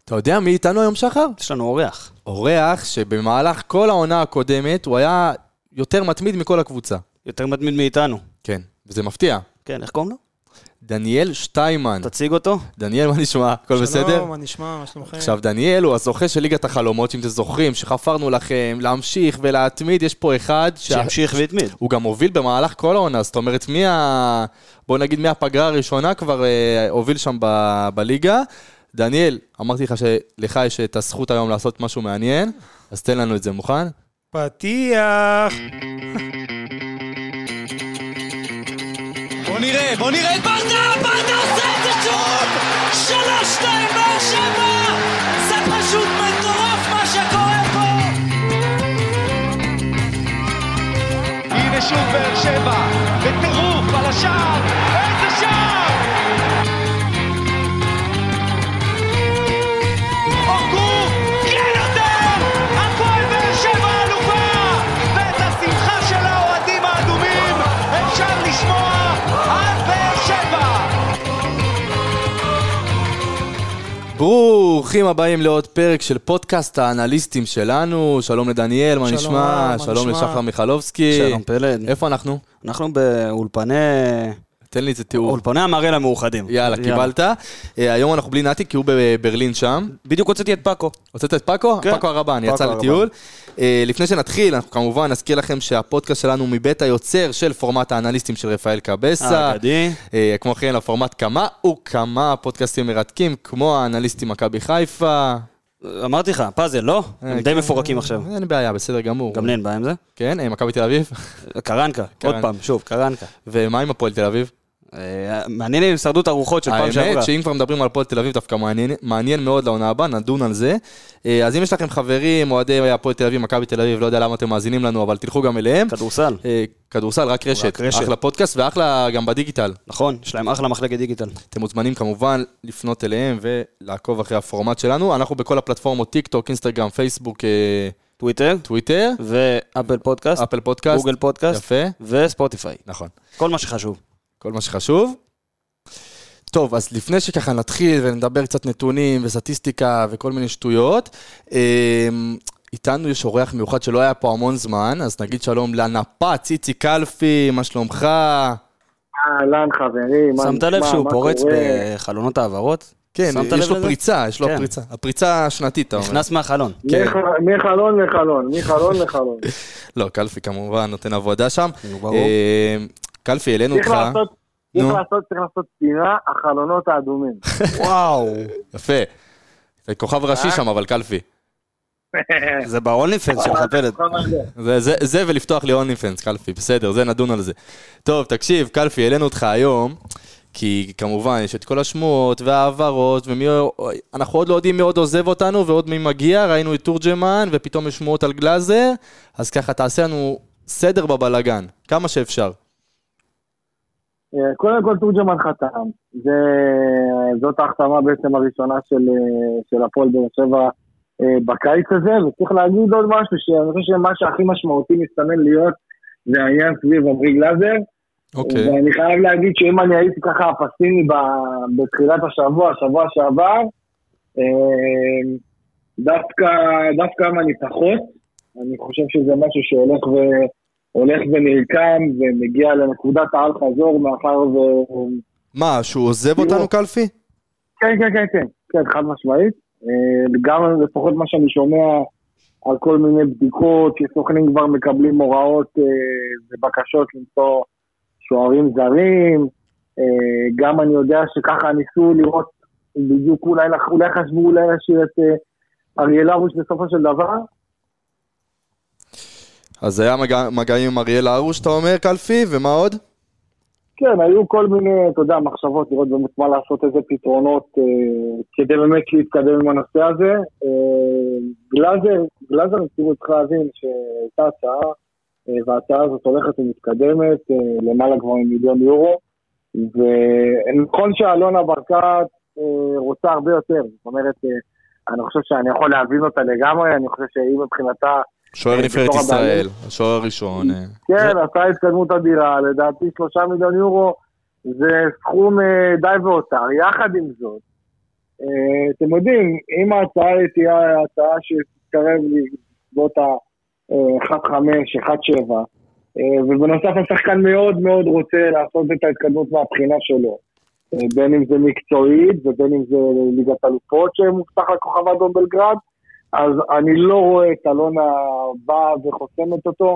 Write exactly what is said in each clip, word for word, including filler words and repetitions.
אתה יודע מי איתנו היום שחר? יש לנו אורח. אורח שבמהלך כל העונה הקודמת הוא היה יותר מתמיד מכל הקבוצה. יותר מתמיד מאיתנו. כן, וזה מפתיע. כן, איך קוראים לו? דניאל שטיימן. תציג אותו. דניאל, מה נשמע? הכל בסדר? שלום, מה נשמע? מה שלומכם? עכשיו, דניאל הוא הזוכה של ליגת החלומות, אם אתם זוכרים, שחפרנו לכם להמשיך ולהתמיד. יש פה אחד שימשיך והתמיד. הוא גם הוביל במהלך כל העונה, זאת אומרת, מי ה... בוא נגיד, מהפגרה הראשונה כבר אה, הוביל שם ב... בליגה. דניאל, אמרתי לך שלך יש את הזכות היום לעשות משהו מעניין, אז תן לנו את זה, מוכן? פתיח! בוא נראה, בוא נראה, ברדה, ברדה עושה את זה שוב! שלוש, שתיים, באר שבע! זה פשוט מטורף מה שקורה פה! הנה שוב באר שבע, בטירוף על השער, איזה שער! אורגו, כן יותר! הפועל באר שבע אלופה! ואת השמחה של האוהדים האדומים אפשר לשמוע על באר שבע! ברוכים הבאים לעוד פרק של פודקאסט האנליסטים שלנו. שלום לדניאל, מה נשמע? שלום לשחר מיכלובסקי. שלום פלד. איפה אנחנו? אנחנו באולפני... תן לי את זה תיאור. אולפני המראה המאוחדים. יאללה, קיבלת. היום אנחנו בלי נתי, כי הוא בברלין שם. בדיוק הוצאתי את פאקו. הוצאת את פאקו? פאקו הרבה, אני יצא לטיול. לפני שנתחיל, אנחנו כמובן נזכיר לכם שהפודקאסט שלנו מבית היוצר של פורמט האנליסטים של רפאל קבסה. אגדי. כמו כן, לפורמט כמה וכמה פודקאסטים מרתקים, כמו האנליסטים מכבי חיפה. אמרתי לך, פאזל, לא? הם די מפורקים עכשיו. אין בעיה, בסדר גמור. גם לי אין בעיה עם זה. כן, מכבי תל אביב. קרנקה, עוד פעם, שוב, קרנקה. ומה עם הפועל תל אביב? מעניין עם שרדות ארוחות של פעם שעברה. האמת שאם כבר מדברים על הפועל תל אביב, דווקא מעניין מאוד לעונה הבאה, נדון על זה. אז אם יש לכם חברים, אוהדי הפועל תל אביב, מכבי תל אביב, לא יודע למה אתם מאזינים לנו, אבל תלכו גם אליהם. כדורסל. כדורסל, רק רשת. אחלה פודקאסט ואחלה גם בדיגיטל. נכון, יש להם אחלה מחלקת דיגיטל. אתם מוזמנים כמובן לפנות אליהם ולעקוב אחרי הפורמט שלנו. אנחנו בכל הפלטפורמות, טיק טוק, אינסטגרם, פייסבוק, טוויטר. טוויטר. ואפל פודקאסט. אפל פודקאסט. גוגל פודקאסט. יפה. וספוטיפיי. נכון. כל מה שחשוב. כל מה שחשוב. טוב, אז לפני שככה נתחיל ונדבר קצת נתונים וסטטיסטיקה וכל מיני שטויות, איתנו יש אורח מיוחד שלא היה פה המון זמן, אז נגיד שלום לנפץ, איציק קלפי, מה שלומך? אהלן חברים, שמת לב שהוא פורץ בחלונות העברות? כן, יש לו פריצה, יש לו פריצה, הפריצה השנתית, אתה אומר. נכנס מהחלון. מחלון לחלון, מחלון לחלון. לא, קלפי כמובן נותן עבודה שם. קלפי, העלינו אותך. צריך לעשות, צריך לעשות פינה, החלונות האדומים. וואו, יפה. כוכב ראשי שם, אבל קלפי. זה באוניפנס שלך פלד. זה ולפתוח לי אוניפנס, קלפי, בסדר, זה נדון על זה. טוב, תקשיב, קלפי, העלינו אותך היום, כי כמובן יש את כל השמועות והעברות, ואנחנו עוד לא יודעים מי עוד עוזב אותנו ועוד מי מגיע, ראינו את תורג'מן ופתאום יש שמועות על גלאזר, אז ככה תעשה לנו סדר בבלגן, כמה שאפשר. קודם כל תורג'מן חתם, זאת ההחתמה בעצם הראשונה של, של הפועל באר שבע בקיץ הזה, וצריך להגיד עוד משהו, שאני חושב שמה שהכי משמעותי מסתמן להיות, זה העניין סביב עמרי גלאזר, אוקיי. ואני חייב להגיד שאם אני הייתי ככה פסימי בתחילת השבוע, השבוע שעבר, דווקא, דווקא אם אני פחות, אני חושב שזה משהו שהולך ו... הולך ונרקם ומגיע לנקודת העל חזור מאחר ו... מה, שהוא עוזב אותנו קלפי? כן, כן, כן, כן, כן, חד משמעית. גם לפחות מה שאני שומע על כל מיני בדיקות, שסוכנים כבר מקבלים הוראות ובקשות למצוא שוערים זרים. גם אני יודע שככה ניסו לראות בדיוק אולי, אולי חשבו אולי להשאיר את אריאל הרוש בסופו של דבר. אז היה מגע, מגעים עם אריאל הרוש, אתה אומר, קלפי, ומה עוד? כן, היו כל מיני, אתה יודע, מחשבות לראות באמת מה לעשות איזה פתרונות אה, כדי באמת להתקדם עם הנושא הזה. אה, גלאזר, גלאזר נציגו צריך להבין שהייתה הצעה, אה, וההצעה הזאת הולכת ומתקדמת, אה, למעלה כבר מיליון יורו, ונכון שאלונה ברקת אה, רוצה הרבה יותר, זאת אומרת, אה, אני חושב שאני יכול להבין אותה לגמרי, אני חושב שהיא מבחינתה, שוער נבחרת ישראל, השוער הראשון. כן, עשה התקדמות אדירה, לדעתי שלושה מיליון יורו, זה סכום די ואותר. יחד עם זאת, אתם יודעים, אם ההצעה תהיה ההצעה שתתקרב לסביבות ה-אחת חמש, אחת שבע, ובנוסף השחקן מאוד מאוד רוצה לעשות את ההתקדמות מהבחינה שלו, בין אם זה מקצועית ובין אם זה ליגת אלופות שמובטח לכוכב האדום בלגרד, אז אני לא רואה את אלונה באה וחוסמת אותו.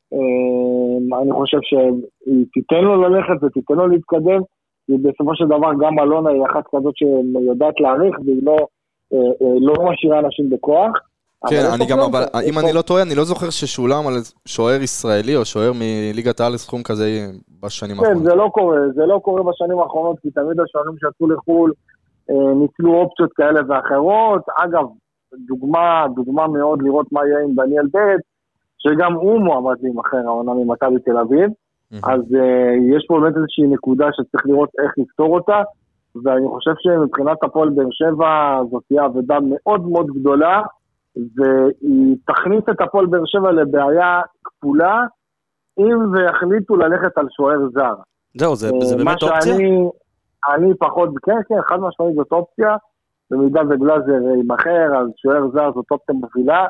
אני חושב שהיא תיתן לו ללכת ותיתן לו להתקדם, ובסופו של דבר גם אלונה היא אחת כזאת שיודעת להעריך והיא לא, לא משאירה אנשים בכוח. כן, אני גם, אבל אם אני לא טועה, אני לא זוכר ששולם על שוער ישראלי או שוער מליגת העל סכום כזה בשנים האחרונות. כן, זה לא קורה, זה לא קורה בשנים האחרונות, כי תמיד השוערים שיצאו לחול ניצלו אופציות כאלה ואחרות. אגב, דוגמה, דוגמה מאוד לראות מה יהיה עם דניאל ברט, שגם הוא מועמד להימכר העונה ממכבי תל אביב, אז יש פה באמת איזושהי נקודה שצריך לראות איך לפתור אותה, ואני חושב שמבחינת הפועל באר שבע זאת תהיה עבודה מאוד מאוד גדולה, והיא תכניס את הפועל באר שבע לבעיה כפולה, אם ויחליטו ללכת על שוער זר. זהו, זה, זה באמת אופציה? שאני, אני פחות, כן, כן, חד משמעית זאת אופציה, במידה וגלאזר יימכר, אז שוער זר זאת אופציה מובילה,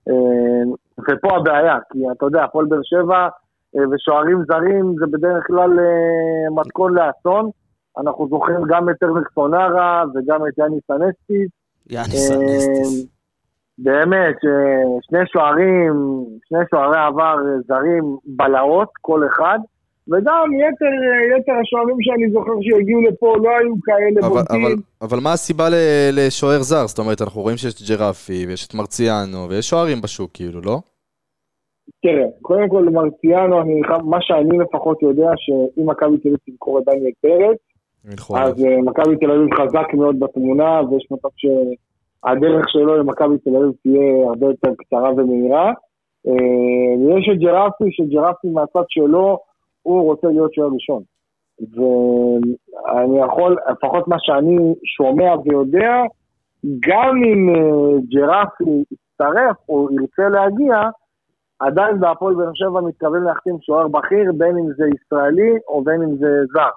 ופה הבעיה, כי אתה יודע, הפועל באר שבע ושוערים זרים זה בדרך כלל מתכון לאסון, אנחנו זוכרים גם את ארנק סונרה וגם את יאניס אנסטיס, יאניס אנסטיס. באמת, שני שוערים, שני שוערי עבר זרים בלעות, כל אחד, וגם יתר, יתר השוערים שאני זוכר שהגיעו לפה לא היו כאלה בולטים. אבל, אבל מה הסיבה לשוער זר? זאת אומרת, אנחנו רואים שיש את ג'רפי ויש את מרציאנו ויש שוערים בשוק, כאילו, לא? תראה, קודם כל מרציאנו, אני, מה שאני לפחות יודע, שאם מכבי תל אביב תמכור את דניאל פרץ, אז מכבי תל אביב חזק מאוד בתמונה, ויש מצב שהדרך שלו למכבי תל אביב תהיה הרבה יותר קצרה ומהירה. ויש את ג'רפי, שג'רפי מהצד שלו, הוא רוצה להיות שוער ראשון. ואני יכול, לפחות מה שאני שומע ויודע, גם אם ג'רפי יצטרף או ירצה להגיע, עדיין בהפועל באר שבע מתכוון להחתים שוער בכיר, בין אם זה ישראלי או בין אם זה זר.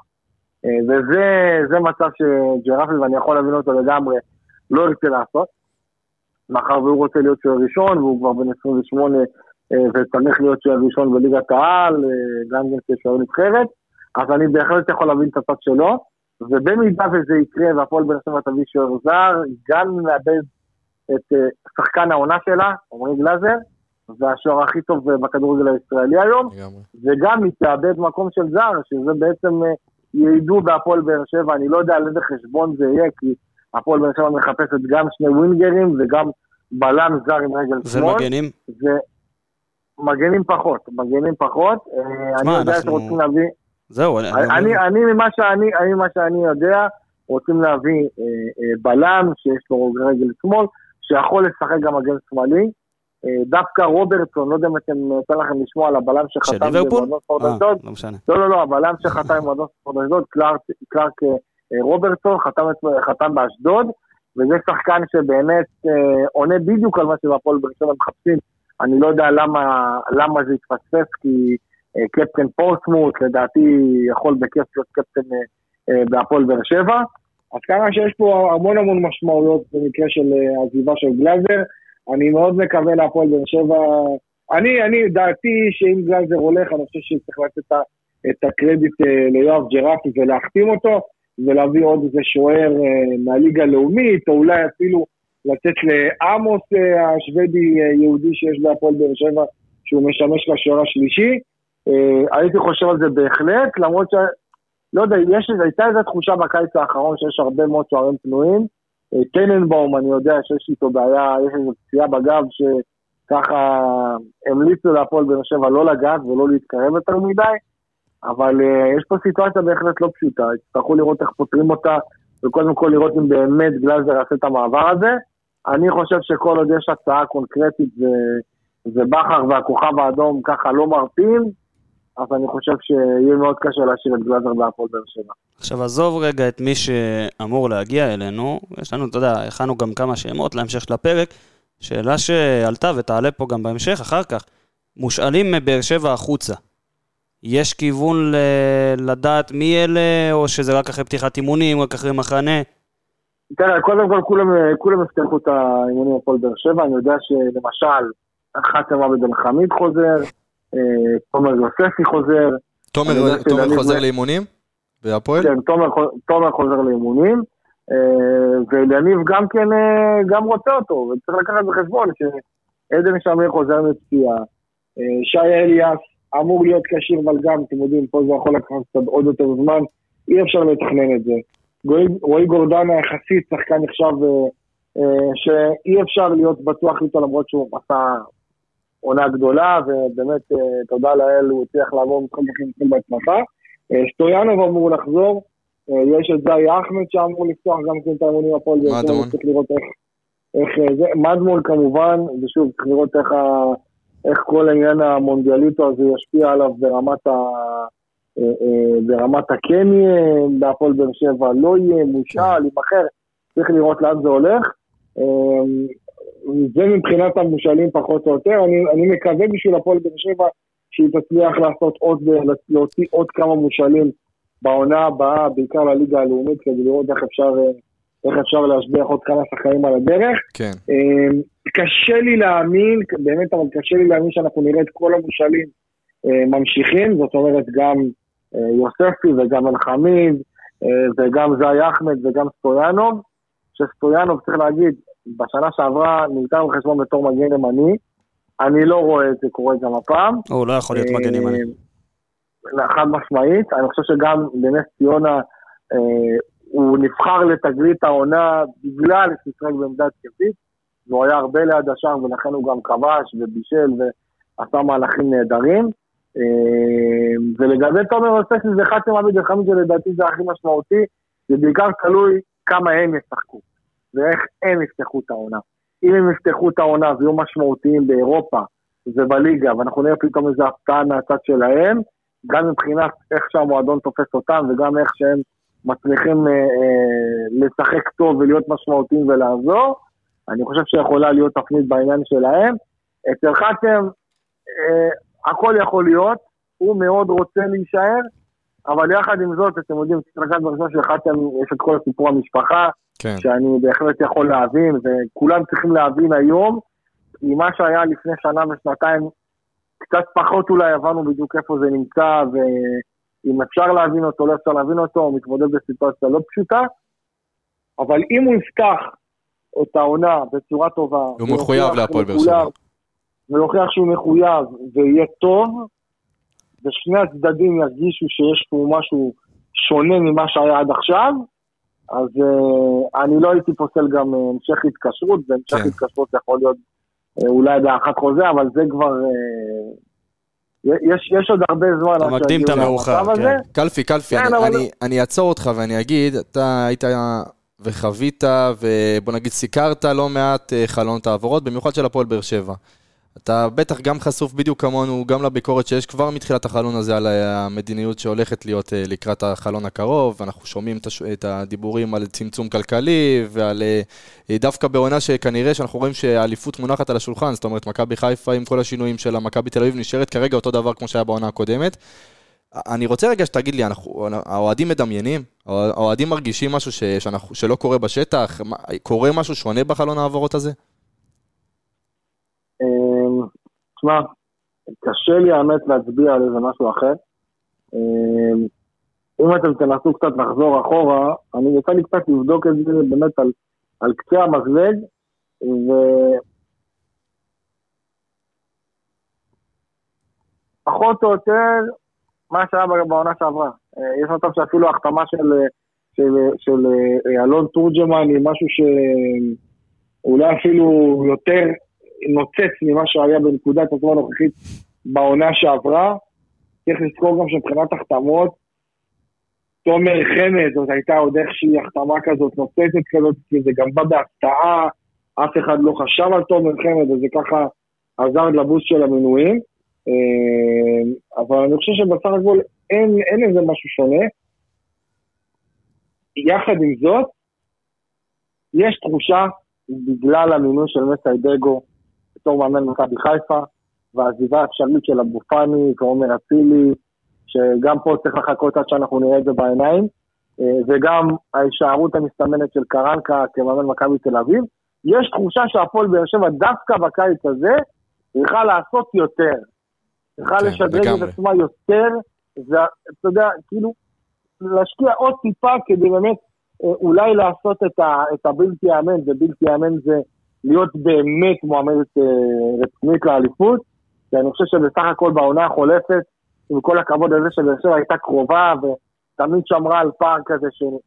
וזה זה מצב שג'רפי, ואני יכול להבין אותו לגמרי, לא ירצה לעשות. מאחר והוא רוצה להיות שוער ראשון, והוא כבר בן עשרים ושמונה וצריך להיות שוער ראשון בליגת העל, גם כשוער נבחרת, אז אני בהחלט יכול להבין את הצד שלו, ובמידה וזה יקרה, והפועל באר שבע תביא שוער זר, גם נאבד את שחקן העונה שלה, עומרי גלאזר, והשוער הכי טוב בכדורגל הישראלי היום, וגם יתאבד מקום של זר, שזה בעצם יעידו בהפועל באר שבע, אני לא יודע על איזה חשבון זה יהיה, כי הפועל באר שבע מחפשת גם שני ווינגרים, וגם בלם זר עם רגל שמאל. ומגנים? מגנים פחות, מגנים פחות. אני יודע שרוצים להביא... זהו, אני ממה שאני יודע, רוצים להביא בלם שיש לו רגל שמאל, שיכול לשחק גם מגן שמאלי. דווקא רוברטסון, לא יודע אם אתם נותן לכם לשמוע על הבלם שחתם במועדון ספורט אשדוד. לא, לא, לא, הבלם שחתם במועדון ספורט אשדוד, קלארק רוברטסון, חתם באשדוד, וזה שחקן שבאמת עונה בדיוק על מה שבהפועל באר שבע מחפשים. אני לא יודע למה, למה זה יתפספס, כי קפטן פורטסמוט, לדעתי, יכול בכיף להיות קפטן בהפועל באר שבע. אז ככה שיש פה המון המון משמעויות במקרה של עזיבה של גלאזר. אני מאוד מקווה להפועל באר שבע. אני, אני, דעתי שאם גלאזר הולך, אני חושב שצריך לתת את הקרדיט ליואב ג'רפי ולהחתים אותו, ולהביא עוד איזה שוער מהליגה הלאומית, או אולי אפילו לתת לעמוס השוודי יהודי שיש בהפועל באר שבע, שהוא משמש לשוער השלישי. הייתי חושב על זה בהחלט, למרות ש... לא יודע, יש, הייתה איזו תחושה בקיץ האחרון שיש הרבה מאוד שוערים פנויים. טננבאום, אני יודע שיש איתו בעיה, יש איזו פציעה בגב שככה המליצו להפועל באר שבע לא לגעת ולא להתקרב יותר מדי, אבל uh, יש פה סיטואציה בהחלט לא פשוטה, תצטרכו לראות איך פותרים אותה, וקודם כל לראות אם באמת גלאזר יעשה את המעבר הזה. אני חושב שכל עוד יש הצעה קונקרטית ובחר והכוכב האדום ככה לא מרפים, אז אני חושב שיהיה מאוד קשה להשאיר את גלאזר בהפועל באר שבע. עכשיו עזוב רגע את מי שאמור להגיע אלינו, יש לנו, אתה יודע, הכנו גם כמה שמות להמשך של הפרק, שאלה שעלתה ותעלה פה גם בהמשך, אחר כך, מושאלים מבאר שבע החוצה. יש כיוון ל- לדעת מי אלה, או שזה רק אחרי פתיחת אימונים, רק אחרי מחנה? תראה, קודם כל כולם, כולם הבטיחו את האימונים הפועל באר שבע, אני יודע שלמשל, חתם עבד אל חמיד חוזר, תומר יוספי חוזר. תומר, תומר חוזר לאימונים? בהפועל? כן, תומר, תומר חוזר לאימונים, ואליניב גם כן, גם רוצה אותו, וצריך לקחת בחשבון שעדן שמיר חוזר מפציעה, שי אליאס אמור להיות קשיר, אבל גם, אתם יודעים, פה זה יכול לקחת קצת עוד יותר זמן, אי אפשר לתכנן את זה. רועי גורדן היחסית, שחקן נחשב שאי אפשר להיות בטוח איתו, למרות שהוא עשה עונה גדולה, ובאמת, תודה לאל, הוא הצליח לעבור משחק הכי בהצלחה. סטויאנוב אמור לחזור, יש את זי אחמד שאמור לפתוח גם כן את האימונים הפועל, מדמון. צריך לראות איך, איך זה, מדמון כמובן, ושוב, צריך לראות איך, ה, איך כל העניין המונדיאליטו הזה ישפיע עליו ברמת ה... ברמת הקני, בהפועל באר שבע לא יהיה, מושל, עם אחר, צריך לראות לאן זה הולך. זה מבחינת המושלים פחות או יותר, אני, אני מקווה בשביל הפועל באר שבע שהיא תצליח לעשות עוד, להוציא עוד כמה מושלים בעונה הבאה, בעיקר לליגה הלאומית, כדי לראות איך אפשר, איך אפשר להשביח עוד כמה שחקנים על הדרך. כן. קשה לי להאמין, באמת, אבל קשה לי להאמין שאנחנו נראה את כל המושלים ממשיכים, זאת אומרת גם יוספי וגם אלחמיד וגם זי אחמד וגם סטויאנוב, שסטויאנוב צריך להגיד, בשנה שעברה נלקח בחשבון בתור מגן ימני, אני לא רואה את זה קורה גם הפעם. הוא לא יכול להיות מגן ימני. חד משמעית, אני חושב שגם בנס ציונה הוא נבחר לתגלית העונה בגלל ששחק בעמדת התקפית, והוא היה הרבה ליד השער ולכן הוא גם כבש ובישל ועשה מהלכים נהדרים. ולגבי תומר יוספי זה חתם עבד אל חמיד שלדעתי זה הכי משמעותי, זה בעיקר תלוי כמה הם ישחקו ואיך הם יפתחו את העונה. אם הם יפתחו את העונה ויהיו משמעותיים באירופה ובליגה, ואנחנו נראה פתאום איזה הפתעה מהצד שלהם, גם מבחינת איך שהמועדון תופס אותם וגם איך שהם מצליחים אה, אה, לשחק טוב ולהיות משמעותיים ולעזור, אני חושב שיכולה להיות תפנית בעניין שלהם. אצל חתם אה, הכל יכול להיות, הוא מאוד רוצה להישאר, אבל יחד עם זאת, אתם יודעים, צטרקת בראשון של חתם, יש את כל הסיפור המשפחה, כן. שאני בהחלט יכול להבין, וכולם צריכים להבין היום, כי מה שהיה לפני שנה ושנתיים, קצת פחות אולי הבנו בדיוק איפה זה נמצא, ואם אפשר להבין אותו, לא אפשר להבין אותו, הוא מתמודד בסיטואציה לא פשוטה, אבל אם הוא יפתח את העונה בצורה טובה, הוא מחויב להפועל באר שבע. ולהוכיח שהוא מחויב ויהיה טוב, ושני הצדדים ירגישו שיש פה משהו שונה ממה שהיה עד עכשיו, אז uh, אני לא הייתי פוסל גם המשך התקשרות, והמשך כן. התקשרות יכול להיות uh, אולי באחת חוזה, אבל זה כבר... Uh, יש, יש עוד הרבה זמן. אתה מקדים את המאוחר, כן. קלפי, קלפי, כן, אני, אבל... אני, אני אעצור אותך ואני אגיד, אתה היית וחווית, ובוא נגיד סיקרת לא מעט חלון העברות, במיוחד של הפועל באר שבע. אתה בטח גם חשוף בדיוק כמונו, גם לביקורת שיש כבר מתחילת החלון הזה על המדיניות שהולכת להיות לקראת החלון הקרוב, אנחנו שומעים את הדיבורים על צמצום כלכלי, ועל דווקא בעונה שכנראה שאנחנו רואים שהאליפות מונחת על השולחן, זאת אומרת מכבי חיפה עם כל השינויים של מכבי תל אביב נשארת כרגע אותו דבר כמו שהיה בעונה הקודמת. אני רוצה רגע שתגיד לי, אנחנו, האוהדים מדמיינים, האוהדים מרגישים משהו שאנחנו, שלא קורה בשטח, קורה משהו שונה בחלון העברות הזה? תשמע, קשה לי האמת להצביע על איזה משהו אחר. אם אתם תנסו קצת לחזור אחורה, אני רוצה לי קצת לבדוק את זה באמת על, על קצה המזלג, ופחות או יותר מה שהיה בעונה שעברה. יש מצב שאפילו ההחתמה של, של, של אלון תורג'מן היא משהו שאולי אפילו יותר נוצץ ממה שהיה בנקודת הזמן הנוכחית בעונה שעברה. צריך לזכור גם שמבחינת החתמות, תומר חמד, זאת הייתה עוד איכושהי החתמה כזאת, נוצצת כזאת, כי זה גם בא בהפתעה, אף אחד לא חשב על תומר חמד, וזה ככה עזר לבוס של המנויים. אבל אני חושב שבסך הכל אין, אין איזה משהו שונה. יחד עם זאת, יש תחושה בגלל המינוי של מסיידגו, בתור מאמן מכבי חיפה, והעזיבה האפשרית של אבו פאני ועומר אצילי, שגם פה צריך לחכות עד שאנחנו נראה את זה בעיניים. וגם ההישארות המסתמנת של קרנקה כמאמן מכבי תל אביב, יש תחושה שהפועל באר שבע דווקא בקיץ הזה, צריכה לעשות יותר. צריכה כן, לשדרג לגמרי. את עצמה יותר, זה, אתה יודע, כאילו, להשקיע עוד טיפה כדי באמת אולי לעשות את, ה, את הבלתי יאמן, ובלתי יאמן זה להיות באמת מועמדת רצינית לאליפות, כי אני חושב שבסך הכל בעונה החולפת, עם כל הכבוד הזה שבאר שבע הייתה קרובה, ותמיד שמרה על פער כזה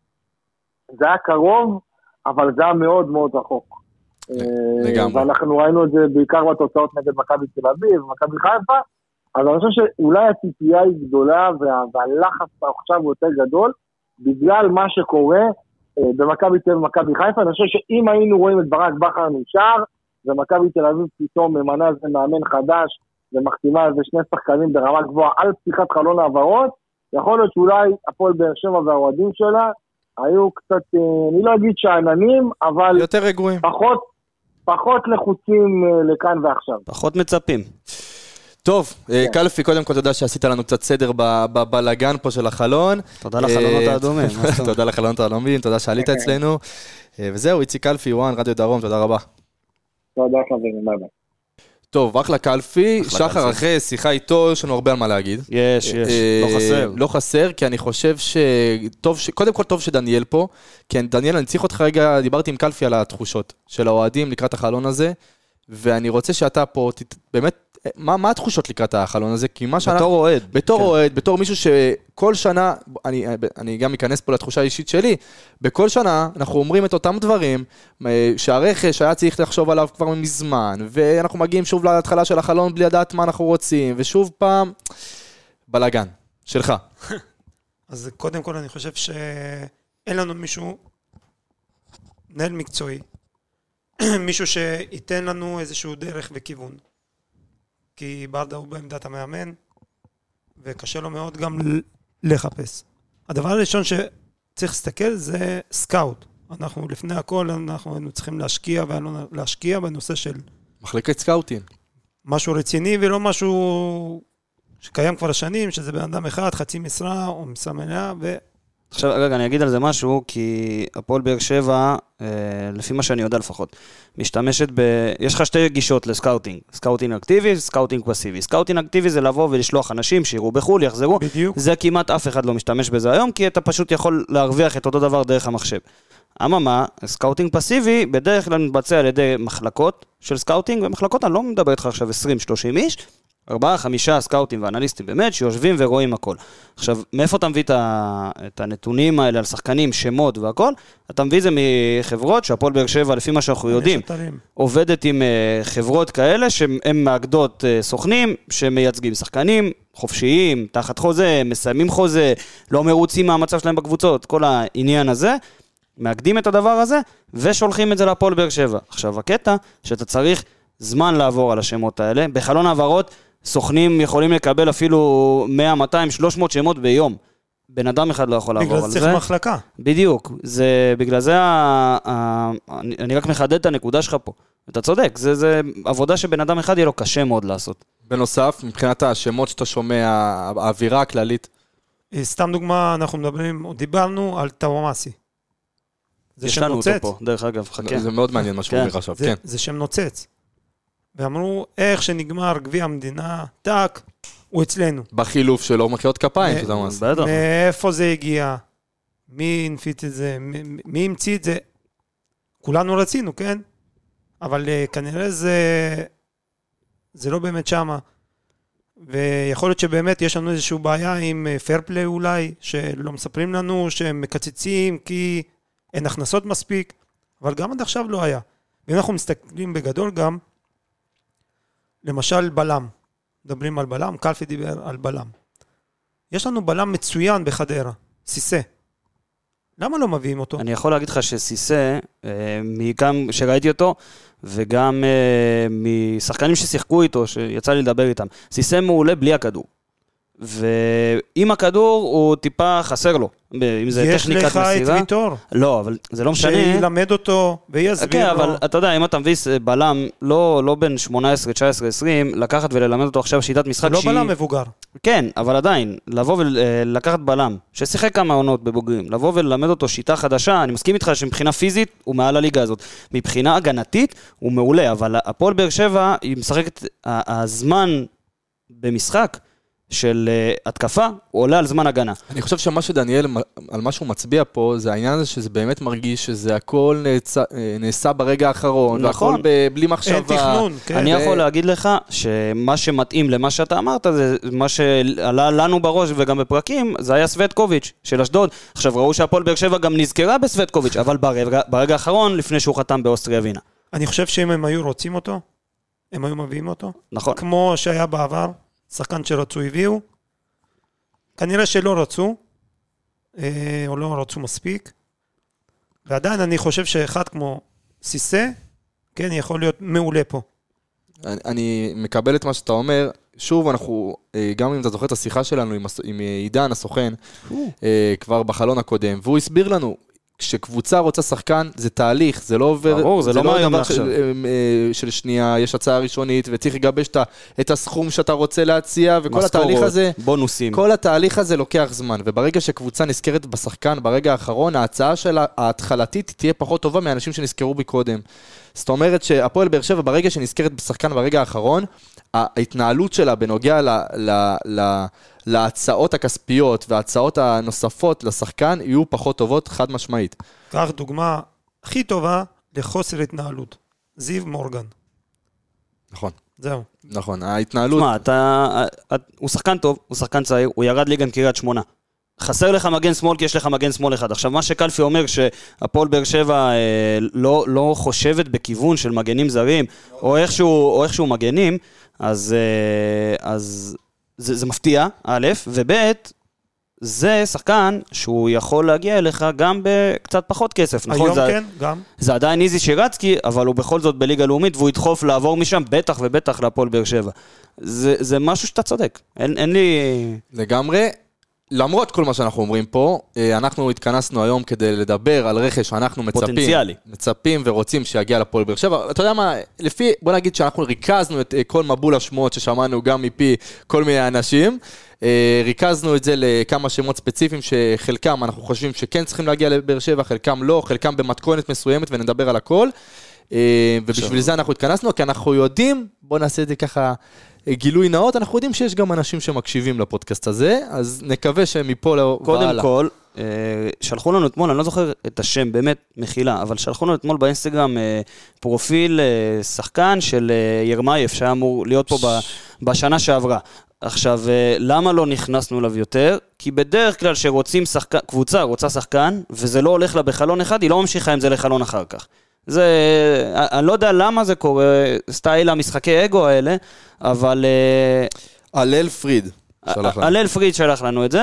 שזה היה קרוב, אבל זה היה מאוד מאוד רחוק. לגמרי. ואנחנו ראינו את זה בעיקר בתוצאות נגד מכבי תל אביב ומכבי חיפה, אז אני חושב שאולי הציפייה היא גדולה, וה, והלחץ עכשיו הוא יותר גדול, בגלל מה שקורה במכבי תל אביב ומכבי חיפה. אני חושב שאם היינו רואים את ברק בכר נשאר, ומכבי תל אביב פתאום ממנה זה מאמן חדש, ומחתימה איזה שני שחקנים ברמה גבוהה על פתיחת חלון העברות, יכול להיות שאולי הפועל באר שבע והאוהדים שלה היו קצת, אני לא אגיד שעננים, אבל יותר רגועים. פחות, פחות לחוצים לכאן ועכשיו. פחות מצפים. טוב, קלפי, קודם כל תודה שעשית לנו קצת סדר בבלגן פה של החלון. תודה לחלונות האדומים. תודה לחלונות האדומים, תודה שעלית אצלנו. וזהו, איציק קלפי, וואן, רדיו דרום, תודה רבה. תודה חברים, ביי ביי. טוב, אחלה קלפי, שחר אחרי שיחה איתו, יש לנו הרבה על מה להגיד. יש, יש, לא חסר. לא חסר, כי אני חושב שטוב, קודם כל טוב שדניאל פה, כי דניאל, אני צריך אותך רגע, דיברתי עם קלפי על התחושות של האוהדים לקראת החלון הזה, ואני רוצה שאתה פה, באמת, מה, מה התחושות לקראת החלון הזה? כי מה שאנחנו... בתור אוהד. בתור אוהד, בתור מישהו שכל שנה, אני, אני גם אכנס פה לתחושה האישית שלי, בכל שנה אנחנו אומרים את אותם דברים, שהרכש היה צריך לחשוב עליו כבר מזמן, ואנחנו מגיעים שוב להתחלה של החלון בלי לדעת מה אנחנו רוצים, ושוב פעם, בלגן, שלך. אז קודם כל אני חושב שאין לנו מישהו, מנהל מקצועי, מישהו שייתן לנו איזשהו דרך וכיוון. כי ברדה הוא בעמדת המאמן, וקשה לו מאוד גם לחפש. הדבר הראשון שצריך להסתכל זה סקאוט. אנחנו לפני הכל, אנחנו צריכים להשקיע, להשקיע בנושא של... מחלקת סקאוטים. משהו רציני ולא משהו שקיים כבר שנים, שזה בן אדם אחד, חצי משרה או משרה מלאה, ו... עכשיו, רגע, אני אגיד על זה משהו, כי הפועל באר שבע, לפי מה שאני יודע לפחות, משתמשת ב... יש לך שתי גישות לסקאוטינג. סקאוטינג אקטיבי, סקאוטינג פסיבי. סקאוטינג אקטיבי זה לבוא ולשלוח אנשים שיראו בחול, יחזרו. בדיוק. זה כמעט אף אחד לא משתמש בזה היום, כי אתה פשוט יכול להרוויח את אותו דבר דרך המחשב. אממה, סקאוטינג פסיבי בדרך כלל מתבצע על ידי מחלקות של סקאוטינג, ומחלקות אני לא מדבר איתך עכשיו עשרים שלושים איש, ארבעה, חמישה סקאוטים ואנליסטים באמת, שיושבים ורואים הכל. עכשיו, מאיפה אתה מביא את הנתונים האלה על שחקנים, שמות והכל? אתה מביא את זה מחברות שהפועל באר שבע, לפי מה שאנחנו יודעים, עובדת עם חברות כאלה, שהן מאגדות סוכנים, שמייצגים שחקנים, חופשיים, תחת חוזה, מסיימים חוזה, לא מרוצים מהמצב שלהם בקבוצות, כל העניין הזה, מאגדים את הדבר הזה, ושולחים את זה לפועל באר שבע. עכשיו, הקטע שאתה צריך זמן לעבור על השמות האלה, בחלון העברות, סוכנים יכולים לקבל אפילו מאה, מאתיים, שלוש מאות שמות ביום. בן אדם אחד לא יכול לעבור על זה. בגלל צריך מחלקה. בדיוק. זה, בגלל זה, ה, ה, אני, אני רק מחדד את הנקודה שלך פה. אתה צודק, זה, זה עבודה שבן אדם אחד יהיה לו קשה מאוד לעשות. בנוסף, מבחינת השמות שאתה שומע, האווירה הכללית. סתם דוגמה, אנחנו מדברים, או דיברנו על טוואמאסי. זה שם נוצץ. יש לנו אותו פה, דרך אגב, חכה. זה מאוד מעניין מה שהוא אומר עכשיו, זה, כן. זה שם נוצץ. ואמרו, איך שנגמר גביע המדינה, טק, הוא אצלנו. בחילוף שלו, מחיאות כפיים, שזה ממש. מאיפה זה הגיע? מי הנפיץ את זה? מי המציא את זה? כולנו רצינו, כן? אבל כנראה זה, זה לא באמת שמה. ויכול להיות שבאמת יש לנו איזושהי בעיה עם פיירפליי אולי, שלא מספרים לנו, שהם מקצצים כי אין הכנסות מספיק, אבל גם עד עכשיו לא היה. ואנחנו מסתכלים בגדול גם, למשל בלם, מדברים על בלם, קלפי דיבר על בלם. יש לנו בלם מצוין בחדרה, סיסה. למה לא מביאים אותו? אני יכול להגיד לך שסיסה, גם שראיתי אותו, וגם משחקנים ששיחקו איתו, שיצא לי לדבר איתם, סיסה מעולה בלי הכדור. ועם הכדור הוא טיפה חסר לו. אם זה יש טכניקת לך את מסירה. ויטור. לא, אבל זה לא משנה. שילמד אותו ויסביר כן, לו. אבל אתה יודע, אם אתה מביא בלם, לא, לא בין שמונה עשרה, תשע עשרה, עשרים, לקחת וללמד אותו עכשיו שיטת משחק הוא לא שהיא... בלם מבוגר. כן, אבל עדיין, לבוא ולקחת בלם, ששיחק כמה עונות בבוגרים, לבוא וללמד אותו שיטה חדשה, אני מסכים איתך שמבחינה פיזית הוא מעל הליגה הזאת. מבחינה הגנתית הוא מעולה, אבל הפועל באר שבע, היא משחקת, הזמן במשחק של uh, התקפה, הוא עולה על זמן הגנה. אני חושב שמה שדניאל, על מה שהוא מצביע פה, זה העניין הזה שזה באמת מרגיש שזה הכל נעצה, נעשה ברגע האחרון, נכון. והכל ב, בלי מחשבה. אין תכנון, כן. אני ו... יכול להגיד לך שמה שמתאים למה שאתה אמרת, זה מה שעלה לנו בראש וגם בפרקים, זה היה סווטקוביץ' של אשדוד. עכשיו ראו שהפועל באר שבע גם נזכרה בסווטקוביץ', אבל ברגע, ברגע האחרון, לפני שהוא חתם באוסטריה ווינה. אני חושב שאם הם היו רוצים אותו, הם היו מביאים אותו. נכון. כמו שהיה בעבר, שחקן שרצו הביאו. כנראה שלא רצו, או לא רצו מספיק. ועדיין אני חושב שאחד כמו סיסה, כן, יכול להיות מעולה פה. אני, אני מקבל את מה שאתה אומר. שוב, אנחנו, גם אם אתה זוכר את השיחה שלנו עם, עם עידן הסוכן, כבר בחלון הקודם, והוא הסביר לנו, כשקבוצה רוצה שחקן, זה תהליך, זה לא עובר... ברור, זה, זה לא מהיום דבר עכשיו. של, של שנייה, יש הצעה ראשונית, וצריך לגבש את הסכום שאתה רוצה להציע, וכל התהליך הזה... בונוסים. כל התהליך הזה לוקח זמן, וברגע שקבוצה נזכרת בשחקן, ברגע האחרון, ההצעה שלה, ההתחלתית, תהיה פחות טובה מאנשים שנזכרו בי קודם. זאת אומרת שהפועל באר שבע, ברגע שנזכרת בשחקן ברגע האחרון, ההתנהלות שלה בנוגע ל... ל, ל להצעות הכספיות וההצעות הנוספות לשחקן יהיו פחות טובות חד משמעית. כך דוגמה הכי טובה לחוסר התנהלות. זיו מורגן. נכון. זהו. נכון, ההתנהלות... תשמע, אתה... הוא שחקן טוב, הוא שחקן צעיר, הוא ירד ליגה קריית שמונה. חסר לך מגן שמאל כי יש לך מגן שמאל אחד. עכשיו, מה שקלפי אומר שהפועל באר שבע אה, לא, לא חושבת בכיוון של מגנים זרים, או איכשהו, או איכשהו מגנים, אז... אה, אז זה, זה מפתיע, א', וב', זה שחקן שהוא יכול להגיע אליך גם בקצת פחות כסף. נכון? היום זה, כן, גם. זה עדיין איזי שירצקי, אבל הוא בכל זאת בליגה לאומית, והוא ידחוף לעבור משם, בטח ובטח להפועל באר שבע. זה, זה משהו שאתה צודק. אין, אין לי... לגמרי. למרות כל מה שאנחנו אומרים פה, אנחנו התכנסנו היום כדי לדבר על רכש שאנחנו מצפים, פוטנציאלי. מצפים ורוצים שיגיע לפועל באר שבע. אתה יודע מה, לפי, בוא נגיד שאנחנו ריכזנו את כל מבול השמועות ששמענו גם מפי כל מיני אנשים, ריכזנו את זה לכמה שמות ספציפיים שחלקם אנחנו חושבים שכן צריכים להגיע לבאר שבע, חלקם לא, חלקם במתכונת מסוימת ונדבר על הכל. ובשביל זה אנחנו התכנסנו, כי אנחנו יודעים, בוא נעשה את זה ככה גילוי נאות, אנחנו יודעים שיש גם אנשים שמקשיבים לפודקאסט הזה, אז נקווה שמפה לא... קודם כל, שלחו לנו אתמול, אני לא זוכר את השם, באמת מחילה, אבל שלחו לנו אתמול באינסטגרם פרופיל שחקן של ירמייף, שהיה אמור להיות פה בשנה שעברה. עכשיו, למה לא נכנסנו אליו יותר? כי בדרך כלל שרוצים שחקן, קבוצה רוצה שחקן, וזה לא הולך לה בחלון אחד, היא לא ממשיכה עם זה לחלון אחר כך. זה, אני לא יודע למה זה קורה, סטייל המשחקי אגו האלה, אבל... הלל פריד. הלל פריד שלח לנו את זה,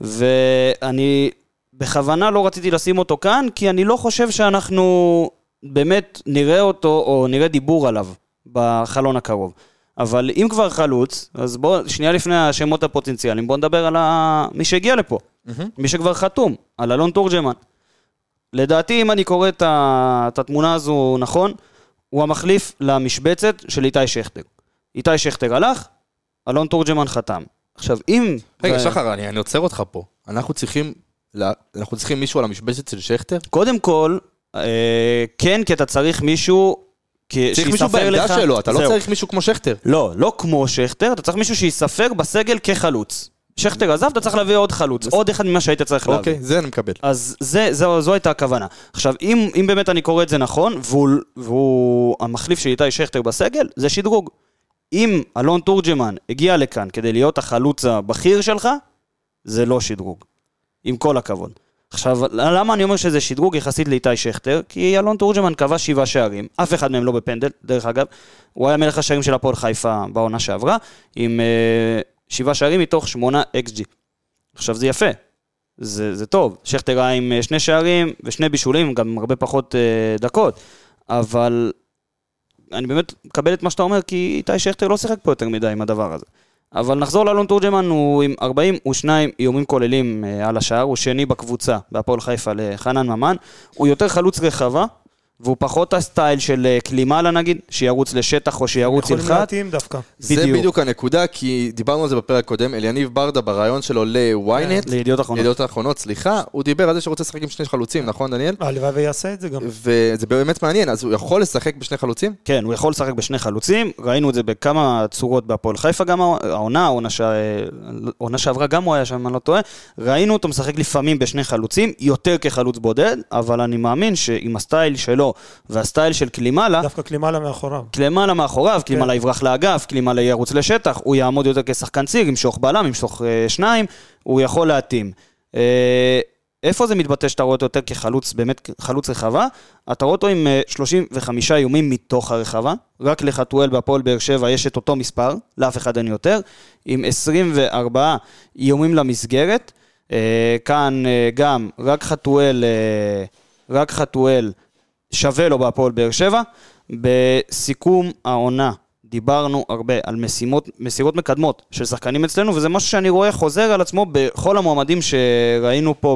ואני בכוונה לא רציתי לשים אותו כאן, כי אני לא חושב שאנחנו באמת נראה אותו, או נראה דיבור עליו בחלון הקרוב. אבל אם כבר חלוץ, אז בוא, שנייה לפני השמות הפוטנציאליים, בוא נדבר על מי שהגיע לפה, מי שכבר חתום, על אלון תורג'מן. לדעתי, אם אני קורא את התמונה הזו נכון, הוא המחליף למשבצת של איתי שכטר. איתי שכטר הלך, אלון תורג'מן חתם. עכשיו, אם... רגע, שחר, אני עוצר אותך פה. אנחנו צריכים, אנחנו צריכים מישהו על המשבצת של שכטר? קודם כל, כן, כי אתה צריך מישהו... צריך מישהו בעמדה שלו, אתה לא צריך מישהו כמו שכטר. לא, לא כמו שכטר, אתה צריך מישהו שיספר בסגל כחלוץ. שכטר עזב, אתה צריך להביא עוד חלוץ, עוד אחד ממה שהיית צריך להביא. אוקיי, זה אני מקבל. אז זה, זו, זו הייתה הכוונה. עכשיו, אם, אם באמת אני קורא את זה נכון, והוא, והוא המחליף של איתי שכטר בסגל, זה שדרוג. אם אלון תורג'מן הגיע לכאן כדי להיות החלוץ הבכיר שלך, זה לא שדרוג. עם כל הכבוד. עכשיו, למה אני אומר שזה שדרוג יחסית לאיתי שכטר? כי אלון תורג'מן קבע שבעה שערים, אף אחד מהם לא בפנדל, דרך אגב, הוא היה מלך השערים של הפועל חיפה בעונה שעברה, עם uh, שבעה שערים מתוך שמונה אקס ג'י. עכשיו זה יפה, זה, זה טוב, שכטר היה עם שני שערים ושני בישולים, גם הרבה פחות uh, דקות, אבל אני באמת מקבל את מה שאתה אומר, כי איתי שכטר לא שיחק פה יותר מדי עם הדבר הזה. אבל נחזור לאלון תורג'מן, הוא עם ארבעים ושניים איומים כוללים על השער, הוא שני בקבוצה, בהפועל חיפה לחנן ממן, הוא יותר חלוץ רחבה, והוא פחות הסטייל של קלימאלה נגיד, שירוץ לשטח או שירוץ יכולים הלחת. להתאים דווקא. זה בדיוק הנקודה, כי דיברנו על זה בפרק קודם, אליניב ברדה ברעיון שלו ל-ynet, לידיעות אחרונות. לידיעות האחרונות, סליחה, הוא דיבר על זה שרוצה לשחק עם שני חלוצים, נכון דניאל? הלוואי ויעשה את זה גם. וזה באמת מעניין, אז הוא יכול לשחק בשני חלוצים? כן, הוא יכול לשחק בשני חלוצים, ראינו את זה בכמה צורות בהפועל חיפה, גם העונה, העונה שעברה גם הוא היה שם, אני לא טועה, ראינו אותו משחק לפעמים בשני חלוצים, יותר כחלוץ בודד, אבל אני מאמין שעם הסטייל שלו והסטייל של קלימאלה, דווקא קלימאלה מאחוריו. קלימאלה מאחוריו, קלימאלה יברח לאגף, קלימאלה ירוץ לשטח, הוא יעמוד יותר כשחקן ציר, ימשוך בלם, ימשוך שניים, הוא יכול להתאים. איפה זה מתבטא שאתה רואה אותו יותר כחלוץ, באמת חלוץ רחבה? אתה רואה אותו עם שלושים וחמישה איומים מתוך הרחבה, רק לחתואל בהפועל באר שבע יש את אותו מספר, לאף אחד אין יותר, עם עשרים וארבעה איומים למסגרת, כאן גם רק חתואל, רק חתואל שווה לו בהפועל באר שבע, בסיכום העונה. דיברנו הרבה על משימות, מסירות מקדמות של שחקנים אצלנו, וזה משהו שאני רואה חוזר על עצמו בכל המועמדים שראינו פה